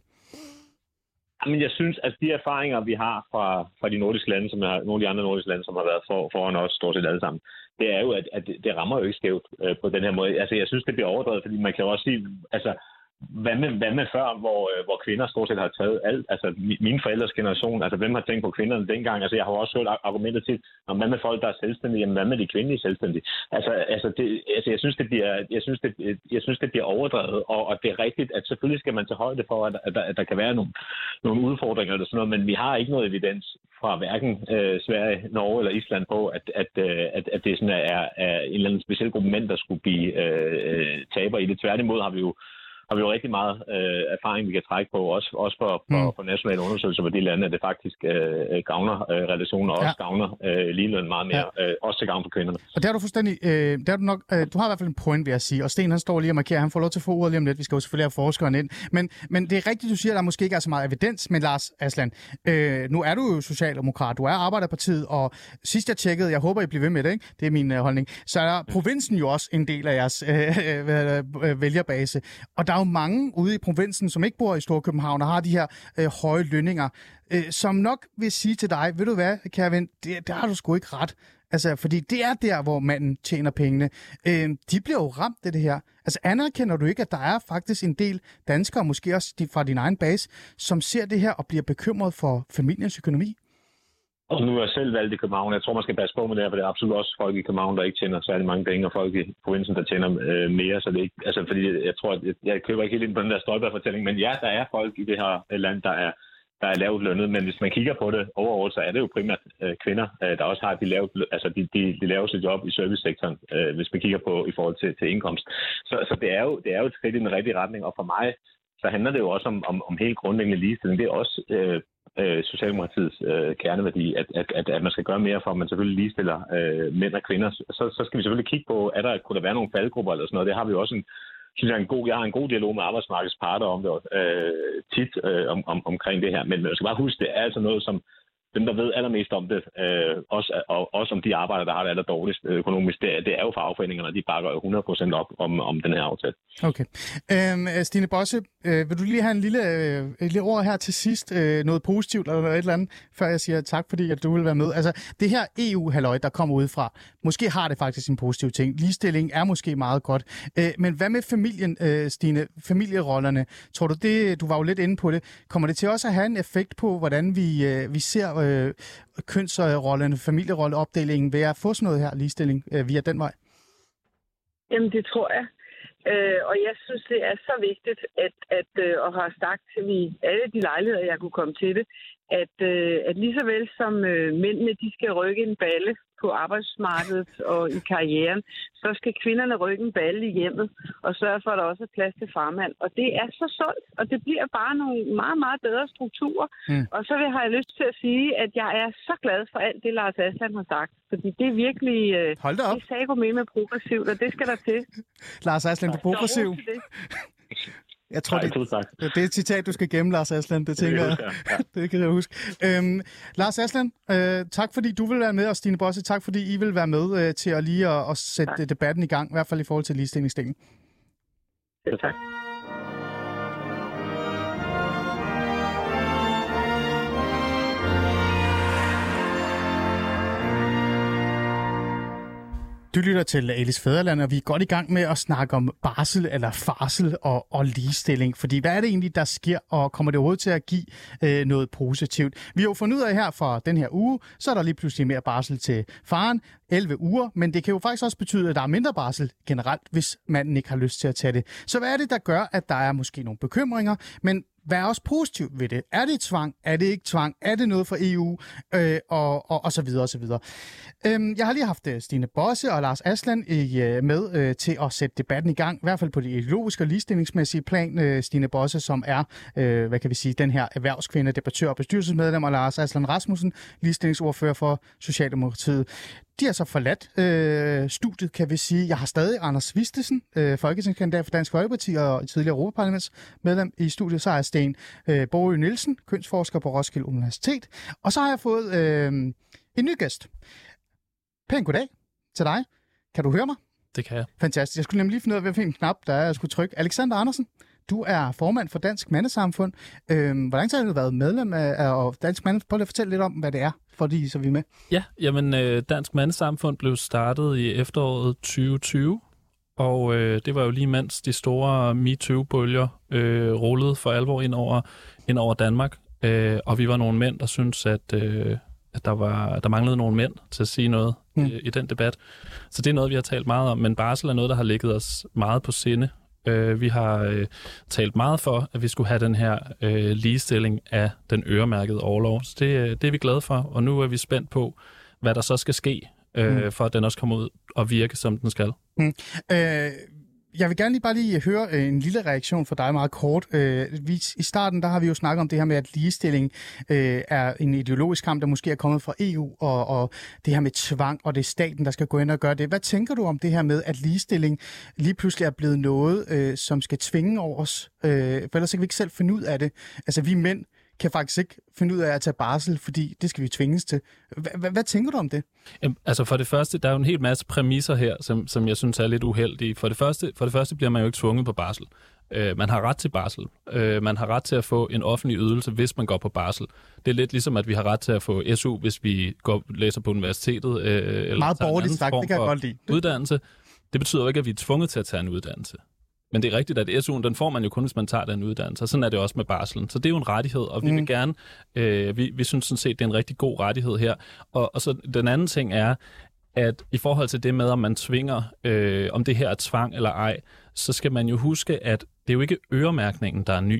Jamen, jeg synes, at de erfaringer, vi har fra, fra de nordiske lande, som er, nogle af de andre nordiske lande, som har været for, foran os stort set alle sammen, det er jo, at, at det rammer jo ikke skævt øh, på den her måde. Altså, jeg synes, det bliver overdrevet, fordi man kan jo også sige, altså, Hvad med, hvad med før, hvor, hvor kvinder stort set har taget alt? Altså, mine forældres generation, altså hvem har tænkt på kvinderne dengang? Altså, jeg har jo også hørt argumenter til, om hvad med folk, der er selvstændige? Jamen, hvad med de kvindelige selvstændige? Altså, altså, det, altså jeg, synes, det bliver, jeg, synes, det, jeg synes, det bliver overdrevet, og, og det er rigtigt, at selvfølgelig skal man tage højde for, at, at, der, at der kan være nogle, nogle udfordringer eller sådan noget, men vi har ikke noget evidens fra hverken øh, Sverige, Norge eller Island på, at, at, at, at det sådan er, er en eller anden speciel gruppe mænd, der skulle blive øh, taber i det. Tværtimod har vi jo har vi jo rigtig meget øh, erfaring, vi kan trække på, også, også for, for, for nationale undersøgelser på de lande, at det faktisk øh, gavner øh, relationer, og ja. også gavner øh, ligeløn meget mere, ja. øh, også til gavn for kvinderne. Og der er du fuldstændig, øh, der er du nok, øh, du har i hvert fald en point, vil jeg sige, og Sten han står lige og markerer, han får lov til at få ordet lige om lidt, vi skal jo selvfølgelig have forskeren ind, men, men det er rigtigt, du siger, at der måske ikke er så meget evidens, men Lars Aslan, øh, nu er du jo socialdemokrat, du er Arbejderpartiet, og sidst jeg tjekkede, jeg håber, I bliver ved med det, ikke? Det er min øh, holdning, så er provinsen jo også en del af jeres øh, øh, vælgerbase, og der er jo mange ude i provinsen, som ikke bor i Storkøbenhavn og har de her øh, høje lønninger, øh, som nok vil sige til dig, ved du hvad, kære ven, det, der har du sgu ikke ret. Altså, fordi det er der, hvor manden tjener pengene. Øh, de bliver jo ramt af det her. Altså, anerkender du ikke, at der er faktisk en del danskere, måske også fra din egen base, som ser det her og bliver bekymret for familiens økonomi? Og nu er jeg selv valgt i København. Jeg tror, man skal passe på med det her, for det er absolut også folk i København, der ikke tjener særlig mange penge, og folk i provinsen, der tjener øh, mere. Så det er ikke, altså, fordi jeg tror, at jeg, jeg køber ikke helt ind på den der Støjberg-fortælling, men ja, der er folk i det her land, der er der er lavt lønnet, men hvis man kigger på det overall, så er det jo primært øh, kvinder, øh, der også har de, lavt, altså de, de, de laveste job i servicesektoren, øh, hvis man kigger på i forhold til, til indkomst. Så, så det, er jo, det er jo et skridt i den rigtige retning, og for mig, så handler det jo også om, om, om helt grundlæggende ligestilling. Det er også øh, øh, Socialdemokratiets øh, kerneværdi, at, at, at, at man skal gøre mere for, at man selvfølgelig ligestiller øh, mænd og kvinder. Så, så skal vi selvfølgelig kigge på, er der, kunne der være nogle faldgrupper eller sådan noget. Det har vi jo også en, synes jeg, en god, jeg har en god dialog med arbejdsmarkedets parter om det øh, tit øh, om, om, omkring det her. Men man skal bare huske, det er altså noget, som dem, der ved allermest om det, øh, også, og også om de arbejdere, der har det aller dårligst økonomisk, det, det er jo fagforeningerne, og de bakker jo hundrede procent op om, om den her aftale. Okay. Øhm, Stine Bosse, øh, vil du lige have en lille, øh, et lille ord her til sidst, øh, noget positivt eller et eller andet, før jeg siger tak, fordi at du vil være med? Altså, det her E U-halløj, der kommer udefra, måske har det faktisk en positiv ting. Ligestilling er måske meget godt. Øh, men hvad med familien, øh, Stine? Familierollerne, tror du det, du var jo lidt inde på det, kommer det til også at have en effekt på, hvordan vi, øh, vi ser øh, kønsrollerne, familierolleopdelingen ved at få sådan noget her ligestilling øh, via den vej? Jamen, det tror jeg. Øh, og jeg synes, det er så vigtigt, at, at øh, og har sagt til vi alle de lejligheder, jeg kunne komme til det, at, øh, at lige så vel som øh, mændene, de skal rykke en balle på arbejdsmarkedet og i karrieren, så skal kvinderne rykke en balle i hjemmet og sørge for, at der også er plads til farmand. Og det er så sundt, og det bliver bare nogle meget, meget bedre strukturer. Mm. Og så vil, har jeg lyst til at sige, at jeg er så glad for alt det, Lars Aslan har sagt. Fordi det er virkelig... Øh, Hold da op. Det sagde med med progressivt, og det skal der til. Lars Aslan, du er progressiv. Jeg tror, Nej, det, det er et citat, du skal gemme, Lars Aslan. Det tænker jeg. Ja. Det kan jeg huske. Øhm, Lars Aslan, øh, tak fordi du vil være med, og Stine Bosse, tak fordi I vil være med øh, til at lige at, at sætte tak. debatten i gang, i hvert fald i forhold til ligestillingsdelen. Ja, tak. Du lytter til Alice Fæderland, og vi er godt i gang med at snakke om barsel eller farsel og, og ligestilling. Fordi hvad er det egentlig, der sker, og kommer det overhovedet til at give øh, noget positivt? Vi har jo fundet ud af her for den her uge, så er der lige pludselig mere barsel til faren, elleve uger, men det kan jo faktisk også betyde, at der er mindre barsel generelt, hvis manden ikke har lyst til at tage det. Så hvad er det, der gør, at der er måske nogle bekymringer, men hvad er også positivt ved det? Er det tvang? Er det ikke tvang? Er det noget for E U? Øh, og, og, og så videre, og så videre. Øhm, jeg har lige haft Stine Bosse og Lars Aslan i, øh, med øh, til at sætte debatten i gang, i hvert fald på det ideologiske og ligestillingsmæssige plan. Øh, Stine Bosse, som er, øh, hvad kan vi sige, den her erhvervskvinde, debattør og bestyrelsesmedlem, og Lars Aslan Rasmussen, ligestillingsordfører for Socialdemokratiet. De har så forladt øh, studiet, kan vi sige. Jeg har stadig Anders Vistesen, øh, folketingskandidat for Dansk Folkeparti og tidligere Europaparlamentsmedlem i studiet. Så har jeg Sten øh, Borgø Nielsen, kønsforsker på Roskilde Universitet. Og så har jeg fået øh, en ny gæst. Pæn goddag til dig. Kan du høre mig? Det kan jeg. Fantastisk. Jeg skulle nemlig lige finde ud af, hvilken knap der er, jeg skulle trykke. Alexander Andersen, du er formand for Dansk Mandesamfund. Øh, hvor lang tid har du været medlem af, af Dansk Mandesamfund? Prøv lige at fortælle lidt om, hvad det er, fordi så vi er med. Ja, jamen øh, Dansk Mandesamfund blev startet i efteråret tyve tyve, og øh, det var jo lige mens de store MeToo-bølger øh, rullede for alvor ind over, ind over Danmark. Øh, og vi var nogle mænd, der syntes, at, øh, at der, var, der manglede nogle mænd til at sige noget mm. øh, i den debat. Så det er noget, vi har talt meget om, men barsel er noget, der har ligget os meget på sinde. Øh, vi har øh, talt meget for, at vi skulle have den her øh, ligestilling af den øremærkede orlov. Så det, det er vi glade for, og nu er vi spændt på, hvad der så skal ske, øh, mm. for at den også kommer ud og virke, som den skal. Mm. Øh, jeg vil gerne lige bare lige høre øh, en lille reaktion fra dig meget kort. Øh, vi, I starten der har vi jo snakket om det her med, at ligestilling øh, er en ideologisk kamp, der måske er kommet fra E U, og, og det her med tvang, og det er staten, der skal gå ind og gøre det. Hvad tænker du om det her med, at ligestilling lige pludselig er blevet noget, øh, som skal tvinge over os? Øh, for ellers kan vi ikke selv finde ud af det. Altså vi mænd kan faktisk ikke finde ud af at tage barsel, fordi det skal vi tvinges til. Hvad tænker du om det? Jamen, altså for det første, der er jo en hel masse præmisser her, som, som jeg synes er lidt uheldige. For det første, for det første bliver man jo ikke tvunget på barsel. Uh, man har ret til barsel. Uh, man har ret til at få en offentlig ydelse, hvis man går på barsel. Det er lidt ligesom, at vi har ret til at få S U, hvis vi går læser på universitetet. Uh, eller Meget borgerligt sagt, det kan jeg godt lide. Uddannelse. Det betyder jo ikke, at vi er tvunget til at tage en uddannelse. Men det er rigtigt, at S U'en, den får man jo kun, hvis man tager den uddannelse. Og sådan er det også med barselen. Så det er jo en rettighed, og vi mm. vil gerne, øh, vi, vi synes sådan set, det er en rigtig god rettighed her. Og, og så den anden ting er, at i forhold til det med, om man tvinger, øh, om det her er tvang eller ej, så skal man jo huske, at det er jo ikke øremærkningen, der er ny.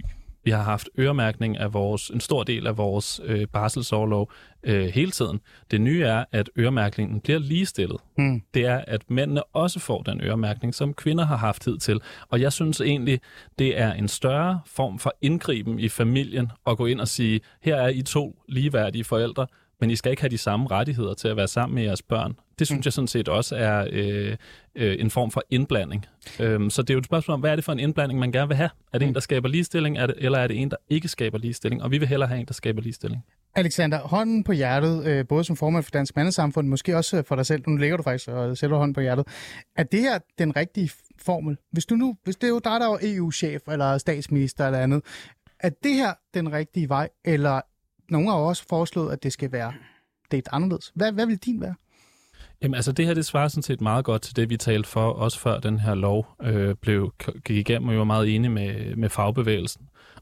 Vi har haft øremærkning af vores, en stor del af vores øh, barselsorlov øh, hele tiden. Det nye er, at øremærkningen bliver ligestillet. Mm. Det er, at mændene også får den øremærkning, som kvinder har haft tid til. Og jeg synes egentlig, det er en større form for indgriben i familien at gå ind og sige, her er I to ligeværdige forældre, men I skal ikke have de samme rettigheder til at være sammen med jeres børn. Det synes mm. jeg sådan set også er øh, øh, en form for indblanding. Øhm, så det er jo et spørgsmål om, hvad er det for en indblanding, man gerne vil have? Er det mm. en, der skaber ligestilling, er det, eller er det en, der ikke skaber ligestilling? Og vi vil hellere have en, der skaber ligestilling. Alexander, hånden på hjertet, øh, både som formand for Dansk Mandesamfund, måske også for dig selv, nu ligger du faktisk og sætter hånden på hjertet. Er det her den rigtige formel? Hvis, du nu, hvis det er jo dig, der er E U-chef eller statsminister eller andet, er det her den rigtige vej, eller nogen har også foreslået, at det skal være det anderledes? Hvad, hvad vil din være? Jamen altså det her, det svarer sådan set meget godt til det, vi talte for, også før den her lov øh, blev, gik igennem, og jeg var meget enig med, med fagbevægelsen.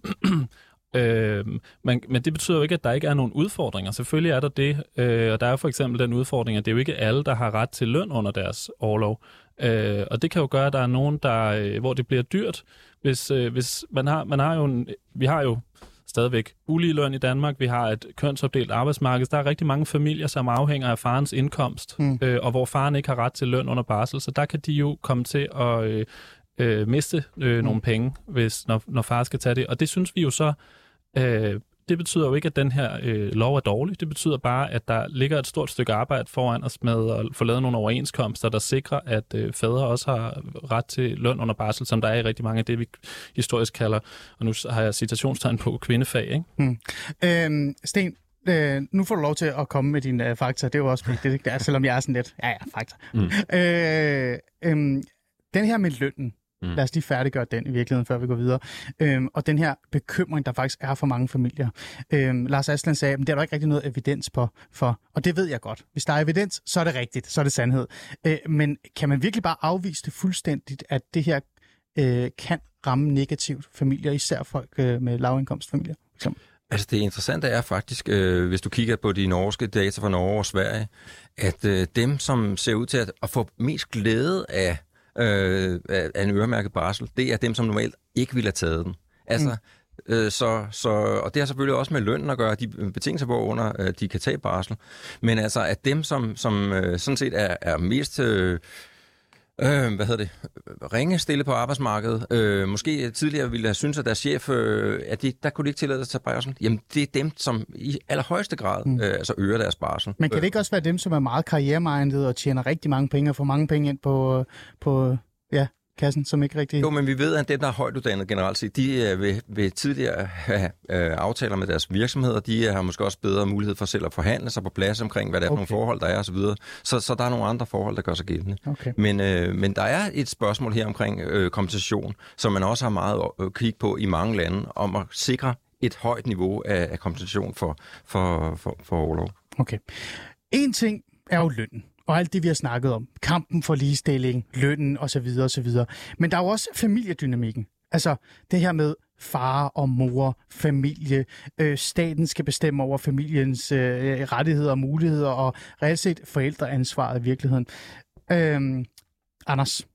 øh, men, men det betyder jo ikke, at der ikke er nogen udfordringer. Selvfølgelig er der det, øh, og der er for eksempel den udfordring, at det er jo ikke alle, der har ret til løn under deres orlov. Øh, og det kan jo gøre, at der er nogen, der, øh, hvor det bliver dyrt, hvis, øh, hvis man har, man har jo en, vi har jo stadigvæk ulige løn i Danmark. Vi har et kønsopdelt arbejdsmarked. Der er rigtig mange familier, som afhænger af farens indkomst, mm. øh, og hvor faren ikke har ret til løn under barsel. Så der kan de jo komme til at øh, øh, miste øh, mm. nogle penge, hvis, når, når far skal tage det. Og det synes vi jo så, øh, det betyder jo ikke, at den her øh, lov er dårlig. Det betyder bare, at der ligger et stort stykke arbejde foran os med at få lavet nogle overenskomster, der sikrer, at øh, fædre også har ret til løn under barsel, som der er i rigtig mange af det, vi historisk kalder, og nu har jeg citationstegn på, kvindefag. Ikke? Hmm. Øhm, Sten, øh, nu får du lov til at komme med dine øh, fakta. Det er jo også vigtigt, det, selvom jeg er sådan lidt, ja ja, fakta. Mm. Øh, øh, den her med lønnen, Mm. lad os lige færdiggøre den i virkeligheden, før vi går videre. Øhm, og den her bekymring, der faktisk er for mange familier. Øhm, Lars Aslan sagde, at det er der ikke rigtig noget evidens på, for, og det ved jeg godt. Hvis der er evidens, så er det rigtigt, så er det sandhed. Øh, men kan man virkelig bare afvise det fuldstændigt, at det her øh, kan ramme negativt familier, især folk øh, med lavindkomstfamilier? Som Altså det interessante er faktisk, øh, hvis du kigger på de norske data fra Norge og Sverige, at øh, dem, som ser ud til at, at få mest glæde af Øh, af en øremærket barsel, det er dem, som normalt ikke ville have taget den. Altså, mm. øh, så, så, og det har selvfølgelig også med lønnen at gøre, de betingelser, hvorunder øh, de kan tage barsel. Men altså, at dem, som, som øh, sådan set er, er mest øh, øh, hvad hedder det, ringe stille på arbejdsmarkedet, øh, måske tidligere ville have syntes, at deres chef, øh, at de, der kunne de ikke tillade sig at tage barsel. Jamen, det er dem, som i allerhøjeste grad mm. øh, altså øger deres barsel. Men kan det ikke også være dem, som er meget karrieremindede og tjener rigtig mange penge og får mange penge ind på, på ja, kassen, som ikke rigtig... Jo, men vi ved, at dem, der er højt uddannet generelt set, de øh, vil, vil tidligere have øh, aftaler med deres virksomheder. De øh, har måske også bedre mulighed for selv at forhandle sig på plads omkring, hvad der er for okay. nogle forhold, der er osv. Så, så der er nogle andre forhold, der gør sig gældende. Okay. Men, øh, men der er et spørgsmål her omkring øh, kompensation, som man også har meget at kigge på i mange lande, om at sikre et højt niveau af, af kompensation for, for, for, for orlov. Okay. En ting er jo lønnen. Og alt det, vi har snakket om. Kampen for ligestilling, lønnen osv. osv. Men der er jo også familiedynamikken. Altså det her med far og mor, familie. Øh, staten skal bestemme over familiens øh, rettigheder og muligheder, og reelt set forældreansvaret i virkeligheden. Øh, Anders,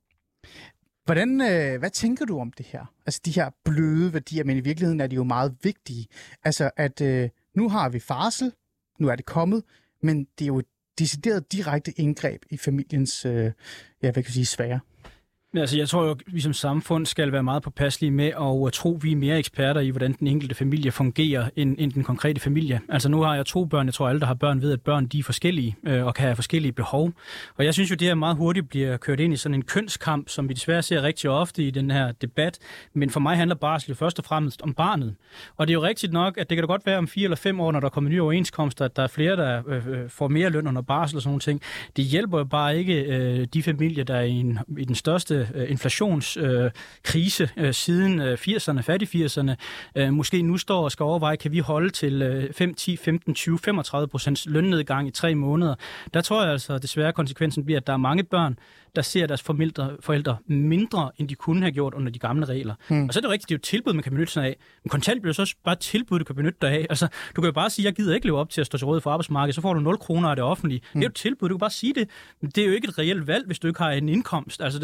hvordan, øh, hvad tænker du om det her? Altså de her bløde værdier, men i virkeligheden er de jo meget vigtige. Altså at øh, nu har vi farsel, nu er det kommet, men det er jo decideret direkte indgreb i familiens, øh, ja, hvad kan jeg sige, sfære. Altså, jeg tror jo, at vi som samfund skal være meget påpasselige med at tro, at vi er mere eksperter i, hvordan den enkelte familie fungerer, end, end den konkrete familie. Altså, nu har jeg to børn. Jeg tror, alle, der har børn, ved, at børn de er forskellige øh, og kan have forskellige behov. Og jeg synes jo, det her meget hurtigt bliver kørt ind i sådan en kønskamp, som vi desværre ser rigtig ofte i den her debat. Men for mig handler barsel først og fremmest om barnet. Og det er jo rigtigt nok, at det kan da godt være om fire eller fem år, når der kommer nye overenskomster, at der er flere, der øh, får mere løn under barsel og sådan nogle ting. Det hjælper jo bare ikke øh, de familier, der er i, en, i den største inflationskrise øh, øh, siden øh, firserne, fattigfirserne, øh, måske nu står og skal overveje, kan vi holde til øh, fem, ti, femten, tyve, femogtredive procent lønnedgang i tre måneder. Der tror jeg altså desværre, konsekvensen bliver, at der er mange børn, der ser deres forældre, forældre mindre, end de kunne have gjort under de gamle regler. Hmm. Og så er det rigtigt, det er jo et tilbud, man kan benytte sig af. Men kontant bliver så også bare et tilbud, du kan benytte dig af. Altså, du kan jo bare sige, jeg gider ikke leve op til at stå til råd for arbejdsmarkedet, så får du nul kroner af det offentlige. Hmm. Det er jo et tilbud, du kan bare sige det. Men det er jo ikke et reelt valg, hvis du ikke har en indkomst. Altså, det,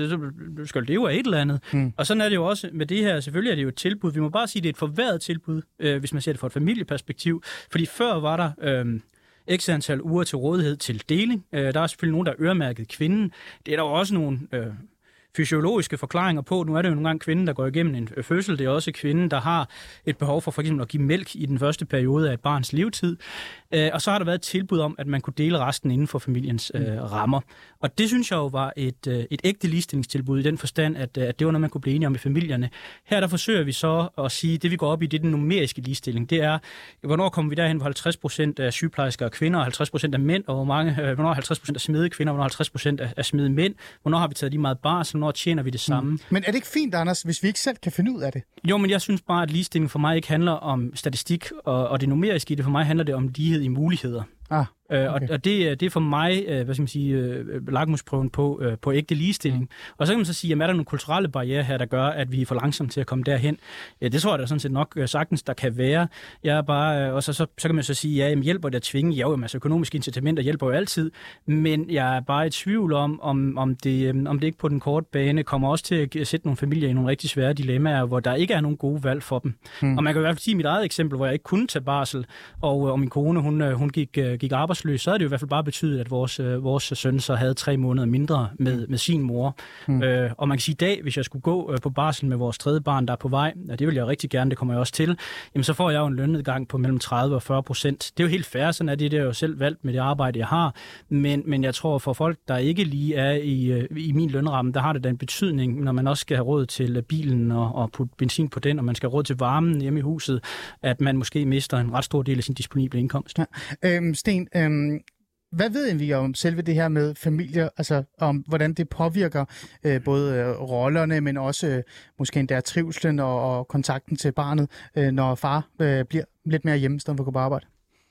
du skal leve af et eller andet. Mm. Og sådan er det jo også med det her. Selvfølgelig er det jo et tilbud. Vi må bare sige, at det er et forværret tilbud, øh, hvis man ser det fra et familieperspektiv. Fordi før var der øh, x antal uger til rådighed til deling. Øh, der er selvfølgelig nogen, der er øremærket kvinden. Det er der jo også nogle Øh, fysiologiske forklaringer på. Nu er det jo nogle gange kvinden, der går igennem en fødsel. Det er også kvinden, der har et behov for for eksempel at give mælk i den første periode af et barns levetid. Og så har der været et tilbud om, at man kunne dele resten inden for familiens øh, rammer. Og det synes jeg jo var et, øh, et ægte ligestillingstilbud i den forstand, at, at det var noget, man kunne blive enige om i familierne. Her der forsøger vi så at sige, at det vi går op i, det er den numeriske ligestilling. Det er, hvornår kommer vi derhen, hvor halvtreds procent af sygeplejersker er kvinder, og halvtreds procent af mænd, og hvor mange, øh, hvornår er halvtreds procent af smede kvinder, og hvornår er halvtreds procent af, af smede mænd, hvornår har vi taget lige meget barsel, hvornår tjener vi det samme. Mm. Men er det ikke fint, Anders, hvis vi ikke selv kan finde ud af det? Jo, men jeg synes bare, at ligestilling for mig ikke handler om statistik, og, og det numeriske i det. For mig handler det om lighed i muligheder. Ah, okay. Og, og det, det er for mig, hvad skal man sige, lakmusprøven på, på ægte ligestilling. Mm. Og så kan man så sige, at er der nogle kulturelle barrierer her, der gør, at vi er for langsomme til at komme derhen? Ja, det tror jeg da sådan set nok sagtens, der kan være. Jeg er bare, og så, så, så kan man så sige, ja, jamen, hjælper det at tvinge? Ja, jo, altså økonomiske incitamenter hjælper jo altid. Men jeg er bare i tvivl om, om, om, det, om det ikke på den korte bane kommer også til at sætte nogle familier i nogle rigtig svære dilemmaer, hvor der ikke er nogen gode valg for dem. Mm. Og man kan i hvert fald sige mit eget eksempel, hvor jeg ikke kunne tage barsel, og, og min kone, hun, hun gik gik arbejdsløs, så havde det jo i hvert fald bare betydet, at vores, øh, vores søn så havde tre måneder mindre med, med sin mor. Mm. Øh, og man kan sige, i dag, hvis jeg skulle gå øh, på barsel med vores tredje barn, der er på vej, og det vil jeg rigtig gerne, det kommer jeg også til, jamen så får jeg jo en lønnedgang på mellem tredive og fyrre procent. Det er jo helt fair, sådan er det, det er jo selv valgt med det arbejde, jeg har. Men, men jeg tror, for folk, der ikke lige er i, øh, i min lønramme, der har det da en betydning, når man også skal have råd til bilen og, og putte benzin på den, og man skal have råd til varmen hjemme i huset, at man måske mister en ret stor del af sin disponible indkomst. Ja. Øhm, Sten, øhm, hvad ved vi om selve det her med familier, altså om hvordan det påvirker øh, både øh, rollerne, men også øh, måske endda trivslen og, og kontakten til barnet, øh, når far øh, bliver lidt mere hjemme, stedet for at gå på arbejde?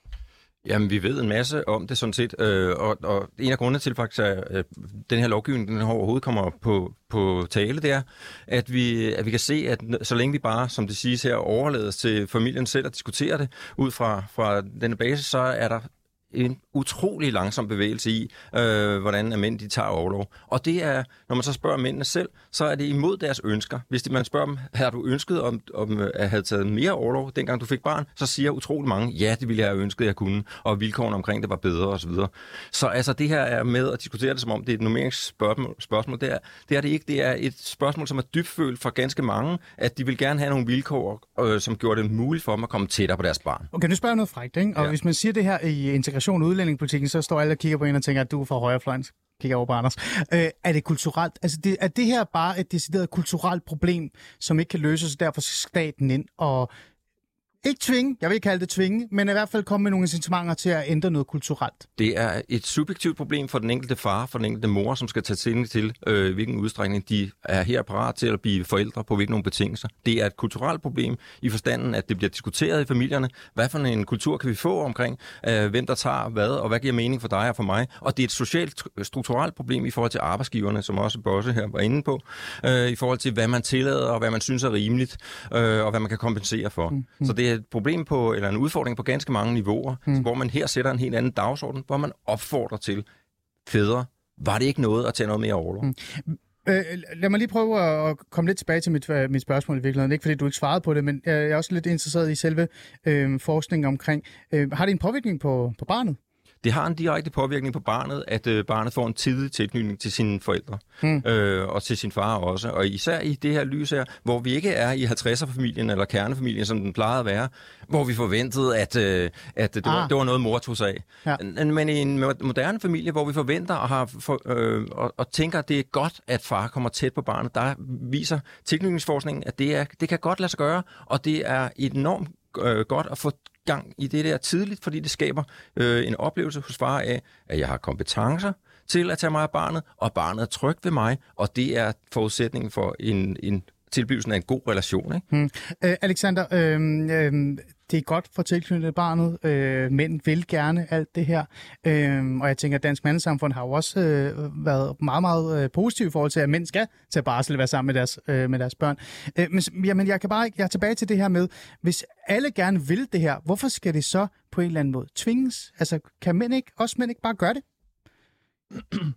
Jamen, vi ved en masse om det sådan set, øh, og, og en af grundene til faktisk, at øh, den her lovgivning den her overhovedet kommer på, på tale, det er, at vi, at vi kan se, at så længe vi bare, som det siges her, overlades til familien selv at diskutere det, ud fra, fra denne basis, så er der en utrolig langsom bevægelse i, øh, hvordan mænd de tager overlov. Og det er, når man så spørger mændene selv, så er det imod deres ønsker. Hvis de, man spørger dem, har du ønsket om, om at have taget mere overlov, dengang du fik barn, så siger utrolig mange, ja, det ville jeg have ønsket, jeg kunne, og vilkårene omkring det var bedre osv. Så, så altså det her er med at diskutere det, som om det er et numeringsspørgsmål. Spørgsmål. Det, er, det er det ikke. Det er et spørgsmål, som er dybfølt for ganske mange, at de vil gerne have nogle vilkår, øh, som gjorde det muligt for dem at komme tættere på deres barn. Okay, nu spørger jeg noget frækt, ikke? Og ja. Hvis man siger det her i integration og udlændingepolitikken, så står alle og kigger på en og tænker, at du er fra højrefløjen. Kigger over på Anders. Øh, er det kulturelt? Altså, det, er det her bare et decideret kulturelt problem, som ikke kan løses, og derfor skal staten ind og ikke tvinge, jeg vil ikke kalde det tvinge, men i hvert fald komme med nogle incitamenter til at ændre noget kulturelt? Det er et subjektivt problem for den enkelte far, for den enkelte mor, som skal tage stilling til, øh, hvilken udstrækning de er her parat til at blive forældre på hvilke nogle betingelser. Det er et kulturelt problem i forstanden, at det bliver diskuteret i familierne. Hvad for en kultur kan vi få omkring, øh, hvem der tager hvad, og hvad giver mening for dig og for mig? Og det er et socialt, strukturelt problem i forhold til arbejdsgiverne, som også Bosse her var inde på, øh, i forhold til, hvad man tillader, og hvad man synes er rimeligt, øh, og hvad man kan kompensere for. Mm-hmm. Så det er et problem på, eller en udfordring på ganske mange niveauer, mm. hvor man her sætter en helt anden dagsorden, hvor man opfordrer til fædre. Var det ikke noget at tage noget mere overlov? Mm. Øh, lad mig lige prøve at komme lidt tilbage til mit, mit spørgsmål i virkeligheden. Ikke fordi du ikke svarede på det, men jeg er også lidt interesseret i selve øh, forskningen omkring. Øh, har det en påvirkning på, på barnet? Det har en direkte påvirkning på barnet, at øh, barnet får en tidlig tilknytning til sine forældre, mm. øh, og til sin far også. Og især i det her lys her, hvor vi ikke er i halvtredser-familien eller kernefamilien, som den plejede at være, hvor vi forventede, at, øh, at det, ah. var, det var noget, mor tog sig af. Ja. Men i en moderne familie, hvor vi forventer og, har for, øh, og, og tænker, at det er godt, at far kommer tæt på barnet, der viser tilknytningsforskningen, at det, er, det kan godt lade sig gøre, og det er enormt øh, godt at få gang i det der tidligt, fordi det skaber øh, en oplevelse hos far af, at jeg har kompetencer til at tage mig af barnet, og barnet er tryg ved mig, og det er forudsætningen for en, en tilblivelsen af en god relation. Ikke? Hmm. Øh, Alexander, øh, øh, det er godt for tilknyttet barnet. Øh, mænd vil gerne alt det her. Øh, og jeg tænker, at Dansk Mandesamfund har jo også øh, været meget, meget øh, positiv i forhold til, at mænd skal tage barsel og være sammen med deres, øh, med deres børn. Øh, men jamen, jeg kan bare ikke, jeg er tilbage til det her med, hvis alle gerne vil det her, hvorfor skal det så på en eller anden måde tvinges? Altså, kan mænd ikke, også mænd ikke bare gøre det?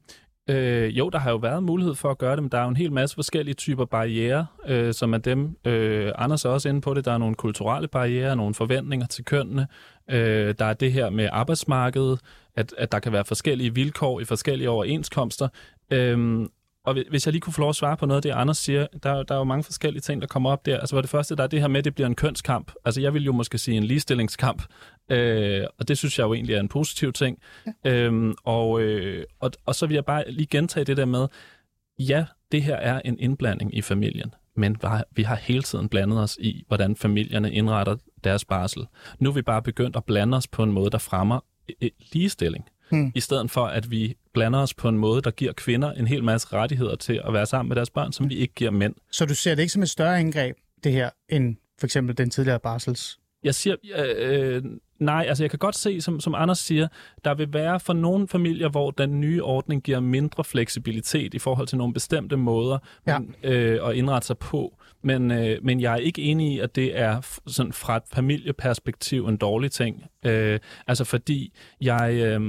Øh, jo, der har jo været mulighed for at gøre det, men der er jo en hel masse forskellige typer barrierer, øh, som er dem, øh, Anders er også inde på det. Der er nogle kulturelle barrierer, nogle forventninger til kønnene. Øh, der er det her med arbejdsmarkedet, at, at der kan være forskellige vilkår i forskellige overenskomster. Øh, og hvis jeg lige kunne få lov at svare på noget af det, Anders siger, der, der er jo mange forskellige ting, der kommer op der. Altså for det første, der er det her med, at det bliver en kønskamp. Altså jeg vil jo måske sige en ligestillingskamp, øh, og det synes jeg jo egentlig er en positiv ting. Ja. Øhm, og, øh, og, og så vil jeg bare lige gentage det der med, ja, det her er en indblanding i familien, men vi har hele tiden blandet os i, hvordan familierne indretter deres barsel. Nu er vi bare begyndt at blande os på en måde, der fremmer ligestilling. Hmm. I stedet for, at vi blander os på en måde, der giver kvinder en hel masse rettigheder til at være sammen med deres børn, som de ikke giver mænd. Så du ser det ikke som et større indgreb, det her, end for eksempel den tidligere barsels? Jeg siger, øh, nej, altså jeg kan godt se, som, som Anders siger, der vil være for nogle familier, hvor den nye ordning giver mindre fleksibilitet i forhold til nogle bestemte måder ja. man, øh, at indrette sig på. Men, øh, men jeg er ikke enig i, at det er sådan fra et familieperspektiv en dårlig ting. Øh, altså fordi jeg, øh,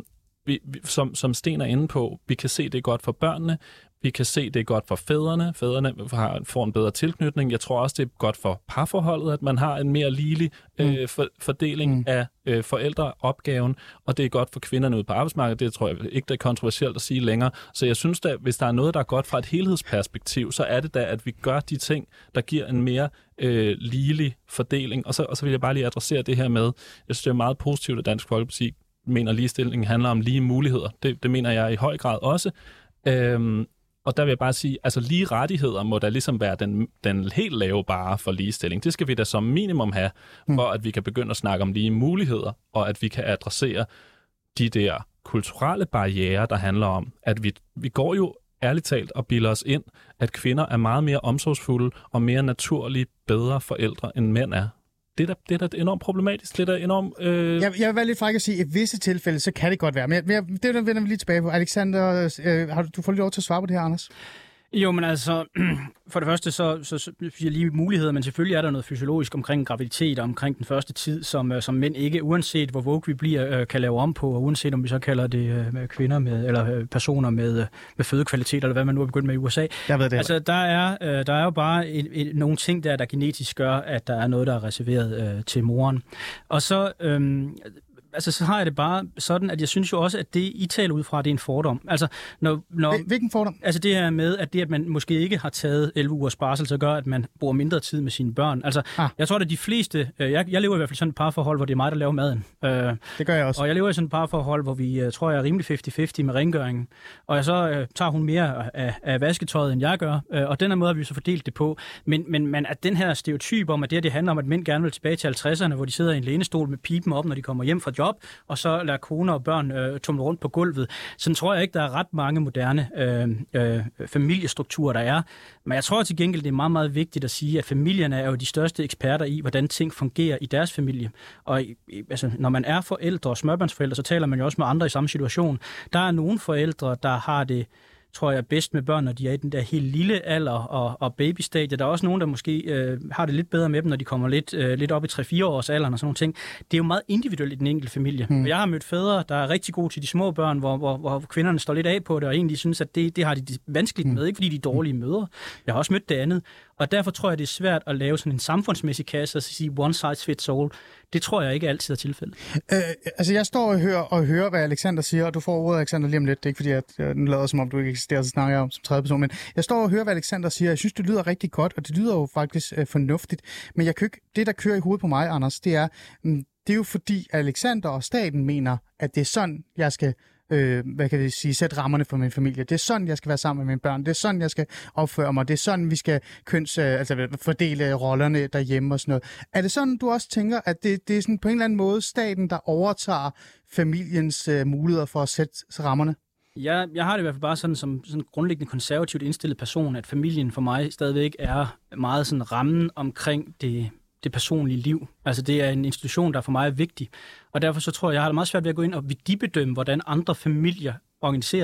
vi, vi, som, som Sten er inde på, vi kan se, det er godt for børnene. Vi kan se, det er godt for fædrene. Fædrene har, får en bedre tilknytning. Jeg tror også, det er godt for parforholdet, at man har en mere ligelig øh, for, fordeling mm. af øh, forældreopgaven, og det er godt for kvinderne ude på arbejdsmarkedet. Det tror jeg ikke, det er kontroversielt at sige længere. Så jeg synes da, hvis der er noget, der er godt fra et helhedsperspektiv, så er det da, at vi gør de ting, der giver en mere øh, ligelig fordeling. Og så, og så vil jeg bare lige adressere det her med, jeg synes, det er meget positivt, at Dansk Folkeparti mener, at ligestillingen handler om lige muligheder. Det, det mener jeg i høj grad også. Øhm, Og der vil jeg bare sige, altså lige rettigheder må da ligesom være den, den helt lave bare for ligestilling. Det skal vi da som minimum have, for at vi kan begynde at snakke om lige muligheder, og at vi kan adressere de der kulturelle barrierer, der handler om, at vi, vi går jo ærligt talt og bilder os ind, at kvinder er meget mere omsorgsfulde og mere naturligt bedre forældre, end mænd er. Det er, da, det er da enormt problematisk. Det er da enormt... Øh... Jeg, jeg vil være lidt fræk at sige, at i visse tilfælde, så kan det godt være. Men jeg, det der vender vi lige tilbage på. Alexander, øh, har du, du får lige lov til at svare på det her, Anders? Jo, men altså, for det første, så, så, så siger lige muligheder, men selvfølgelig er der noget fysiologisk omkring graviditet og omkring den første tid, som, som mænd ikke, uanset hvor woke vi bliver, kan lave om på, og uanset om vi så kalder det med kvinder med, eller personer med, med fødekvalitet, eller hvad man nu er begyndt med i U S A. Jeg ved det. Altså, der er, der er jo bare et, et, nogle ting der, der genetisk gør, at der er noget, der er reserveret øh, til moren. Og så... Øh, Altså, så har jeg det bare sådan, at jeg synes jo også, at det, I taler ud fra, det er en fordom. Altså, når, når, Hvilken fordom? Altså det her med, at det, at man måske ikke har taget elleve ugers barsel, så gør, at man bruger mindre tid med sine børn. Altså, ah. jeg tror, at de fleste... Øh, jeg, jeg lever i hvert fald sådan et parforhold, hvor det er mig, der laver maden. Øh, det gør jeg også. Og jeg lever i sådan et parforhold, hvor vi, øh, tror jeg, er rimelig halvtreds halvtreds med rengøringen. Og jeg så øh, tager hun mere af, af vasketøjet, end jeg gør. Øh, og den her måde har vi så fordelt det på. Men, men, men at den her stereotyp om, at det, det handler om, at mænd gerne vil tilbage til halvtredserne, hvor de sidder i en lænestol med pipen op, når de kommer hjem fra job, og så lader koner og børn øh, tumle rundt på gulvet. Sådan tror jeg ikke, der er ret mange moderne øh, øh, familiestrukturer, der er. Men jeg tror til gengæld, det er meget, meget vigtigt at sige, at familierne er jo de største eksperter i, hvordan ting fungerer i deres familie. Og altså, når man er forældre og smørbørnsforældre, så taler man jo også med andre i samme situation. Der er nogle forældre, der har det, tror jeg, bedst med børn, når de er i den der helt lille alder og, og babystadie. Der er også nogen, der måske øh, har det lidt bedre med dem, når de kommer lidt, øh, lidt op i tre fire års alderen og sådan nogle ting. Det er jo meget individuelt i den enkelte familie. Mm. Og jeg har mødt fædre, der er rigtig gode til de små børn, hvor, hvor, hvor kvinderne står lidt af på det, og egentlig synes, at det, det har de vanskeligt med, ikke fordi de er dårlige mødre. Jeg har også mødt det andet. Og derfor tror jeg, det er svært at lave sådan en samfundsmæssig kasse og sige one size fits all. Det tror jeg ikke altid er tilfældet. Øh, altså, jeg står og hører, og hører, hvad Alexander siger, og du får ordet, Alexander, lige om lidt. Det er ikke fordi, at øh, den lader som om, du ikke eksisterer, så snakker jeg om som tredje person. Men jeg står og hører, hvad Alexander siger. Jeg synes, det lyder rigtig godt, og det lyder jo faktisk øh, fornuftigt. Men jeg kan ikke, det, der kører i hovedet på mig, Anders, det er, mm, det er jo fordi, Alexander og staten mener, at det er sådan, jeg skal... Øh, hvad kan vi sige, sætte rammerne for min familie. Det er sådan, jeg skal være sammen med mine børn. Det er sådan, jeg skal opføre mig. Det er sådan, vi skal køns, øh, altså, fordele rollerne derhjemme og sådan noget. Er det sådan, du også tænker, at det, det er sådan på en eller anden måde staten, der overtager familiens øh, muligheder for at sætte rammerne? Ja, jeg har det i hvert fald bare sådan som sådan grundlæggende konservativt indstillet person, at familien for mig stadigvæk er meget sådan rammen omkring det det personlige liv. Altså det er en institution, der for mig er vigtig. Og derfor så tror jeg, jeg har det meget svært ved at gå ind og værdibedømme, hvordan andre familier organiserer sig.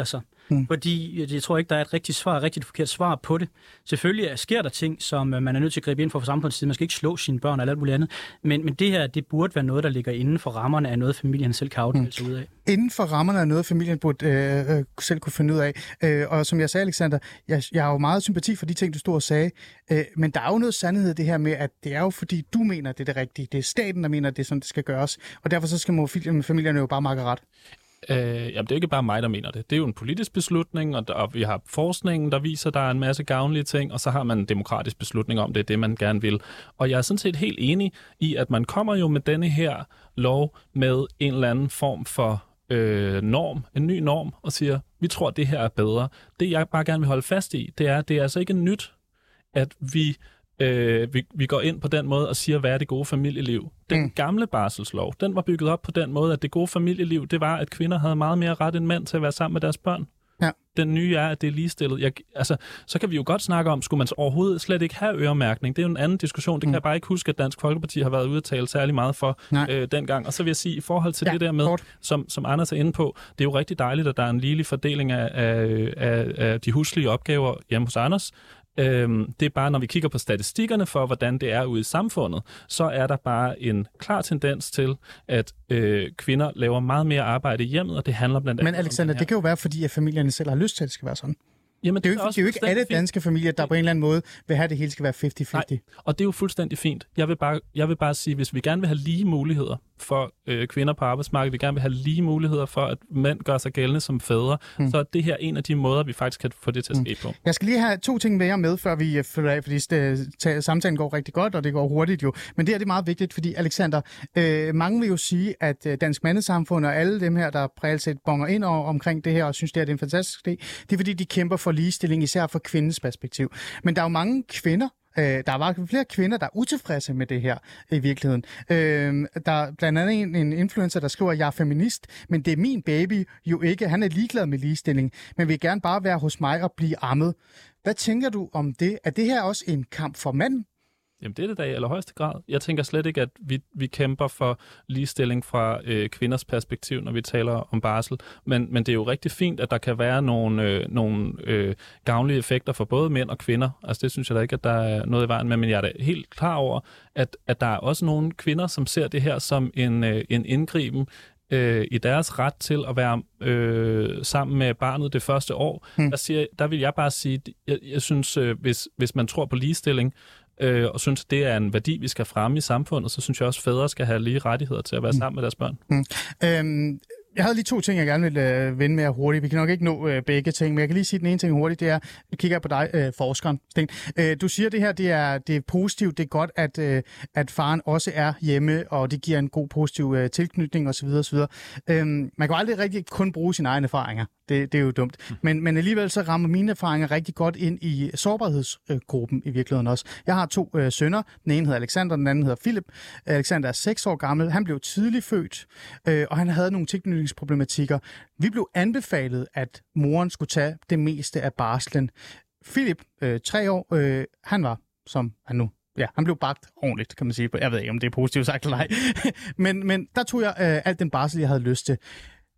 Mm. Fordi jeg tror ikke, der er et rigtigt svar, et rigtigt forkert svar på det. Selvfølgelig sker der ting, som man er nødt til at gribe ind for fra samfundets side. Man skal ikke slå sine børn eller alt muligt andet. Men, men det her, det burde være noget, der ligger inden for rammerne af noget, familien selv kan aftale sig mm. ud af. Inden for rammerne af noget, familien burde øh, selv kunne finde ud af. Øh, og som jeg sagde, Alexander, jeg, jeg har jo meget sympati for de ting, du stod og sagde. Øh, men der er jo noget sandhed i det her med, at det er jo fordi, du mener, det er det rigtige. Det er staten, der mener, at det er sådan, det skal gøres. Og derfor så skal familierne jo bare makke ret. Øh, jamen, det er ikke bare mig, der mener det. Det er jo en politisk beslutning, og, der, og vi har forskningen, der viser, at der er en masse gavnlige ting, og så har man en demokratisk beslutning om, det er det, man gerne vil. Og jeg er sådan set helt enig i, at man kommer jo med denne her lov med en eller anden form for øh, norm, en ny norm, og siger, vi tror, det her er bedre. Det, jeg bare gerne vil holde fast i, det er, det er altså ikke nyt, at vi... Øh, vi, vi går ind på den måde og siger, hvad er det gode familieliv? Den mm. gamle barselslov, den var bygget op på den måde, at det gode familieliv, det var, at kvinder havde meget mere ret end mænd til at være sammen med deres børn. Ja. Den nye er, at det er ligestillet. Jeg, altså, så kan vi jo godt snakke om, skulle man overhovedet slet ikke have øremærkning? Det er jo en anden diskussion. Det kan mm. jeg bare ikke huske, at Dansk Folkeparti har været ude at tale særlig meget for øh, dengang. Og så vil jeg sige, i forhold til ja, det der med, som, som Anders er inde på, det er jo rigtig dejligt, at der er en ligelig fordeling af, af, af, af de huslige opgaver hjemme hos Anders. Øhm, det er bare, når vi kigger på statistikkerne for, hvordan det er ude i samfundet, så er der bare en klar tendens til, at øh, kvinder laver meget mere arbejde i hjemmet, og det handler blandt andet Men Alexander, det, det kan jo være, fordi at familierne selv har lyst til, at det skal være sådan. Jamen, det er jo ikke, det er jo ikke alle danske familier, der på en eller anden måde vil have, at det hele skal være halvtreds halvtreds. Nej, og det er jo fuldstændig fint. Jeg vil bare, jeg vil bare sige, hvis vi gerne vil have lige muligheder for øh, kvinder på arbejdsmarkedet, vi gerne vil have lige muligheder for, at mænd gør sig gældende som fædre, mm. så er det her en af de måder, vi faktisk kan få det til at ske på. Jeg skal lige have to ting mere med, før vi følger af, fordi det, samtalen går rigtig godt, og det går hurtigt jo. Men det her det er meget vigtigt, fordi Alexander, øh, mange vil jo sige, at øh, Dansk Mandesamfund og alle dem her, der reelt set bonger ind over, omkring det her, og synes, det, her, det er en fantastisk idé, det er fordi, de kæmper for ligestilling, især fra kvindens perspektiv. Men der er jo mange kvinder, øh, der er bare flere kvinder, der er utilfredse med det her i virkeligheden. Øh, der er blandt andet en, en influencer, der skriver, at jeg er feminist, men det er min baby jo ikke. Han er ligeglad med ligestilling, men vil gerne bare være hos mig og blive ammet. Hvad tænker du om det? Er det her også en kamp for manden? Jamen det er det da i allerhøjeste grad. Jeg tænker slet ikke, at vi, vi kæmper for ligestilling fra øh, kvinders perspektiv, når vi taler om barsel. Men, men det er jo rigtig fint, at der kan være nogle, øh, nogle øh, gavnlige effekter for både mænd og kvinder. Altså det synes jeg da ikke, at der er noget i vejen med. Men jeg er da helt klar over, at, at der er også nogle kvinder, som ser det her som en, øh, en indgriben øh, i deres ret til at være øh, sammen med barnet det første år. Hmm. Der, siger, der vil jeg bare sige, jeg, jeg synes, øh, hvis, hvis man tror på ligestilling, Øh, og synes, det er en værdi, vi skal fremme i samfundet, så synes jeg også, at fædre skal have lige rettigheder til at være sammen med deres børn. Mm. Øhm, jeg havde lige to ting, jeg gerne vil øh, vende mere hurtigt. Vi kan nok ikke nå øh, begge ting, men jeg kan lige sige den ene ting hurtigt, det er, nu kigger jeg på dig, øh, forskeren, Sten. Øh, du siger, det her det er, det er positivt, det er godt, at, øh, at faren også er hjemme, og det giver en god positiv øh, tilknytning osv. osv. Øhm, man kan aldrig rigtig kun bruge sine egne erfaringer. Det, det er jo dumt. Mm. Men, men alligevel så rammer mine erfaringer rigtig godt ind i sårbarhedsgruppen i virkeligheden også. Jeg har to øh, sønner. Den ene hedder Alexander, den anden hedder Philip. Alexander er seks år gammel. Han blev tidligt født, øh, og han havde nogle tilknytningsproblematikker. Vi blev anbefalet, at moren skulle tage det meste af barslen. Philip, øh, tre år, øh, han var, som han nu Ja, han blev bagt ordentligt, kan man sige. Jeg ved ikke, om det er positivt sagt eller ej. men, men der tog jeg øh, alt den barsel, jeg havde lyst til.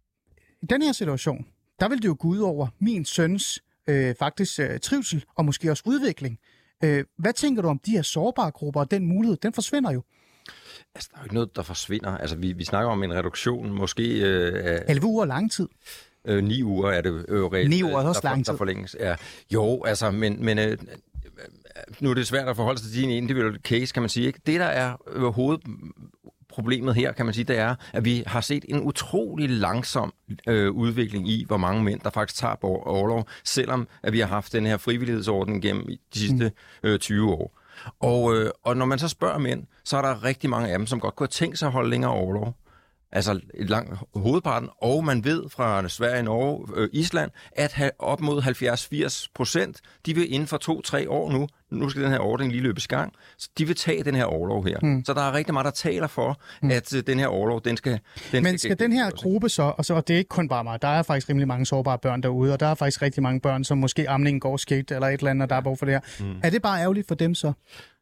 I den her situation, der vil det jo gå ud over min søns øh, faktisk øh, trivsel og måske også udvikling. Øh, hvad tænker du om de her sårbare grupper, og den mulighed, den forsvinder jo? Altså, der er jo ikke noget, der forsvinder. Altså, vi, vi snakker om en reduktion, måske øh, af... elleve uger lang tid. Øh, ni uger er det jo reelt. Ni uger er også der, lang tid. Der forlænges. Ja. Jo, altså, men... men øh, nu er det svært at forholde sig til din individuelle case, kan man sige. Ikke? Det, der er øh, hovedproblemet her, kan man sige, det er, at vi har set en utrolig langsom øh, udvikling i, hvor mange mænd, der faktisk tager orlov, selvom at vi har haft den her frivillighedsordning gennem de sidste øh, tyve år. Og, øh, og når man så spørger mænd, så er der rigtig mange af dem, som godt kunne have tænkt sig at holde længere orlov. Altså et langt hovedparten, og man ved fra Sverige, Norge, øh, Island, at have op mod halvfjerds til firs procent, de vil inden for to-tre år nu, nu skal den her ordning lige løbes i gang, så de vil tage den her orlov her. Mm. Så der er rigtig meget, der taler for, mm. at uh, den her orlov, den skal... Den Men skal, skal den her gruppe så, og, så, og det er ikke kun bare mig, der er faktisk rimelig mange sårbare børn derude, og der er faktisk rigtig mange børn, som måske amningen går skidt eller et eller andet, og der er behov for det her. Mm. Er det bare ærgerligt for dem så?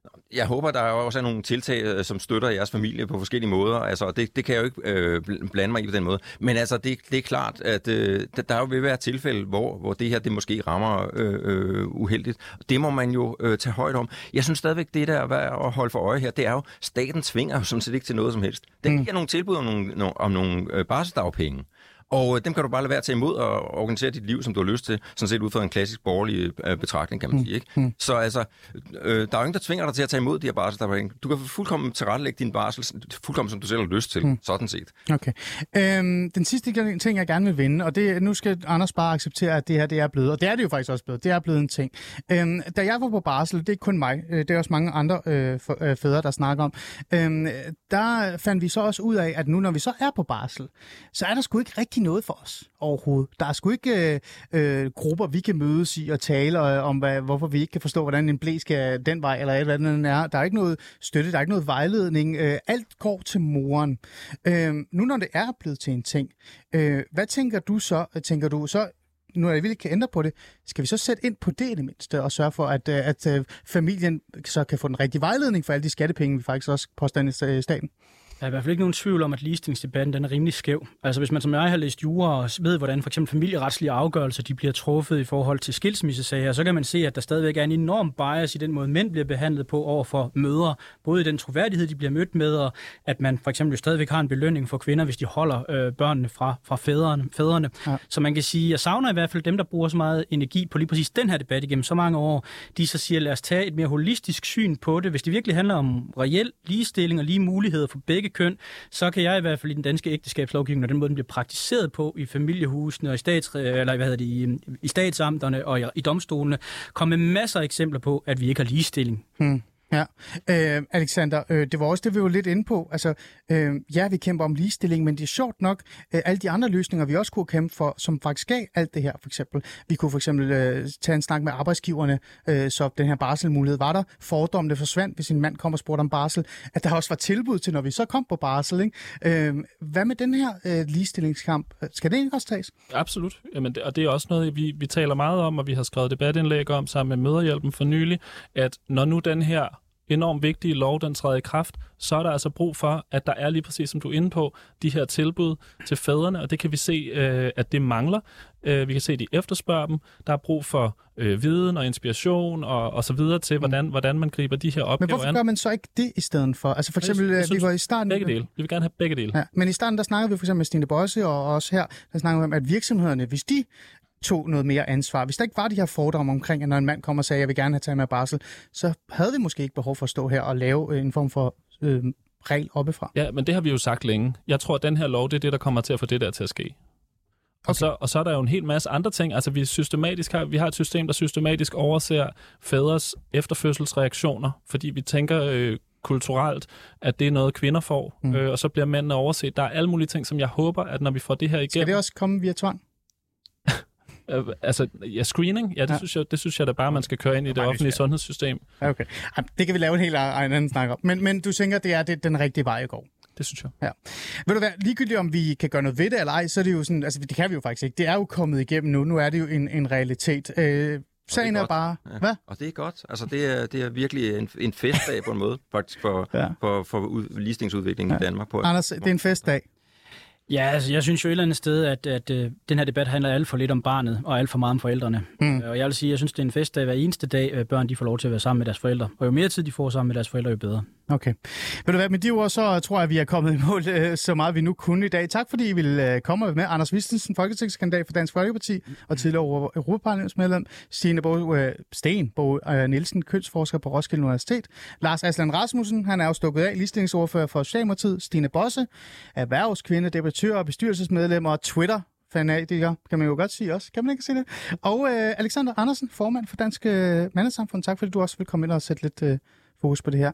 Jeg håber, der også er nogle tiltag, som støtter jeres familie på forskellige måder. Altså, det, det kan jeg jo ikke øh, blande mig i på den måde. Men altså, det, det er klart, at øh, der jo vil være tilfælde, hvor, hvor det her det måske rammer øh, øh, uheldigt. Det må man jo øh, tage højt om. Jeg synes stadigvæk, det der er værd at holde for øje her, det er jo, staten tvinger jo sådan set ikke til noget som helst. Den giver mm. nogle tilbud om nogle, om nogle øh, barselsdagpenge. Og dem kan du bare lade være til imod og organisere dit liv, som du har lyst til, sådan set ud fra en klassisk borgerlig øh, betragtning, kan man sige. Ikke? Mm. Så altså, øh, der er jo ingen, der tvinger dig til at tage imod de her barselsdagpenge. Du kan fuldkommen tilrettelægge din barsel, fuldkommen som du selv har lyst til, mm. sådan set. Okay. Øhm, den sidste ting, jeg gerne vil vende, og det nu skal Anders bare acceptere, at det her det er blevet, og det er det jo faktisk også blevet, det er blevet en ting. Øhm, da jeg var på barsel, det er ikke kun mig, det er også mange andre øh, fædre, der snakker om, øhm, der fandt vi så også ud af, at nu når vi så er på barsel, så er der sgu ikke rigtig noget for os overhovedet. Der er sgu ikke øh, øh, grupper, vi kan mødes i og tale øh, om, hvad, hvorfor vi ikke kan forstå, hvordan en blæ skal den vej, eller et eller andet er. Der er ikke noget støtte, der er ikke noget vejledning. Øh, alt går til moren. Øh, nu når det er blevet til en ting, øh, hvad tænker du så? Tænker du så, nu er jeg virkelig kan ændre på det, skal vi så sætte ind på det i det mindste, og sørge for, at, at, at familien så kan få den rigtige vejledning for alle de skattepenge, vi faktisk også påstår i staten? Der er i hvert fald ikke nogen tvivl om, at ligestillingsdebatten den er rimelig skæv. Altså hvis man som jeg har læst jura og ved, hvordan for eksempel familieretslige afgørelser de bliver truffet i forhold til skilsmissesager, så kan man se, at der stadigvæk er en enorm bias i den måde, mænd bliver behandlet på over for mødre. Både i den troværdighed, de bliver mødt med, og at man for eksempel stadigvæk har en belønning for kvinder, hvis de holder øh, børnene fra, fra fædrene. fædrene. Ja. Så man kan sige, jeg savner i hvert fald dem, der bruger så meget energi på lige præcis den her debat igennem så mange år. De så siger, lad os tage et mere holistisk syn på det. Hvis det virkelig handler om reel ligestilling og lige muligheder for begge køn, så kan jeg i hvert fald i den danske ægteskabslovgivning, og den måde, den bliver praktiseret på i familiehusene og i, stats, eller hvad hedder det, i, i statsamterne og i, i domstolene, komme med masser af eksempler på, at vi ikke har ligestilling. Hmm. Ja, øh, Alexander, øh, det var også det, vi var lidt inde på. Altså, øh, ja, vi kæmper om ligestilling, men det er sjovt nok, øh, alle de andre løsninger, vi også kunne kæmpe for, som faktisk gav alt det her, for eksempel. Vi kunne for eksempel øh, tage en snak med arbejdsgiverne, øh, så den her barselmulighed var der. Fordommene forsvandt, hvis en mand kom og spurgte om barsel. At der også var tilbud til, når vi så kom på barsel. Ikke? Øh, hvad med den her øh, ligestillingskamp? Skal det ikke også tages? Absolut, Jamen, det, og det er også noget, vi, vi taler meget om, og vi har skrevet debatindlæg om sammen med Mødrehjælpen for nylig, at når nu den her enormt vigtige lov, den træder i kraft, så er der altså brug for, at der er lige præcis, som du er inde på, de her tilbud til fædrene, og det kan vi se, øh, at det mangler. Øh, vi kan se, at de efterspørger dem. Der er brug for øh, viden og inspiration og, og så videre til, hvordan, hvordan man griber de her opgaver an. Men hvorfor gør man så ikke det i stedet for? Altså for eksempel, jeg, jeg synes, vi var i starten... Begge dele. Vi vil gerne have begge dele. Ja, men i starten, der snakkede vi for eksempel med Stine Bosse, og også her, der snakkede vi om, at virksomhederne, hvis de tog noget mere ansvar. Hvis der ikke var de her fordomme omkring, at når en mand kommer og sagde, at jeg vil gerne have taget med barsel, så havde vi måske ikke behov for at stå her og lave en form for øh, regel oppefra. Ja, men det har vi jo sagt længe. Jeg tror, at den her lov, det er det, der kommer til at få det der til at ske. Og, okay. så, og så er der jo en hel masse andre ting. Altså, vi, systematisk har, vi har et system, der systematisk overser fædres efterfødselsreaktioner, fordi vi tænker øh, kulturelt, at det er noget, kvinder får, mm. øh, og så bliver mændene overset. Der er alle mulige ting, som jeg håber, at når vi får det her igennem... Skal det også komme via tvang? Uh, altså, ja, screening, ja, det, ja. Synes jeg, det synes jeg da bare, man skal køre ind i det offentlige sundhedssystem. Okay. Det kan vi lave en helt anden snak om. Men, men du tænker, det er det, den rigtige vej at gå? Det synes jeg. Ja. Ved du hvad, ligegyldigt om vi kan gøre noget ved det eller ej, så er det jo sådan, altså det kan vi jo faktisk ikke. Det er jo kommet igennem nu. Nu er det jo en, en realitet. Øh, sagen er, er bare... Ja. Hvad? Og det er godt. Altså, det er, det er virkelig en, en festdag på en måde, faktisk, for, ja. for, for ligestillingsudviklingen ja. i Danmark. På Anders, det er en festdag. Ja, altså jeg synes jo et eller andet sted, at, at, at den her debat handler alt for lidt om barnet, og alt for meget om forældrene. Mm. Og jeg vil sige, jeg synes, det er en festdag hver eneste dag, at børn de får lov til at være sammen med deres forældre. Og jo mere tid de får sammen med deres forældre, jo bedre. Okay. Ved du hvad, med de ord, så tror jeg, at vi er kommet i mål øh, så meget, vi nu kunne i dag. Tak fordi I ville øh, komme med. Anders Vistisen, folketingskandidat for Dansk Folkeparti, og tidligere europaparlamentsmedlem. Stine Bo, øh, Sten Bo øh, Nielsen, kønsforsker på Roskilde Universitet. Lars Aslan Rasmussen, han er jo stukket af, ligestillingsordfører for Socialdemokratiet. Stine Bosse, erhvervskvinde, debattør og bestyrelsesmedlem og Twitter fanatiker, kan man jo godt sige også. Kan man ikke sige det? Og øh, Alexander Andersen, formand for Dansk øh, Mandesamfund. Tak fordi du også vil komme ind og sætte lidt øh, fokus på det her.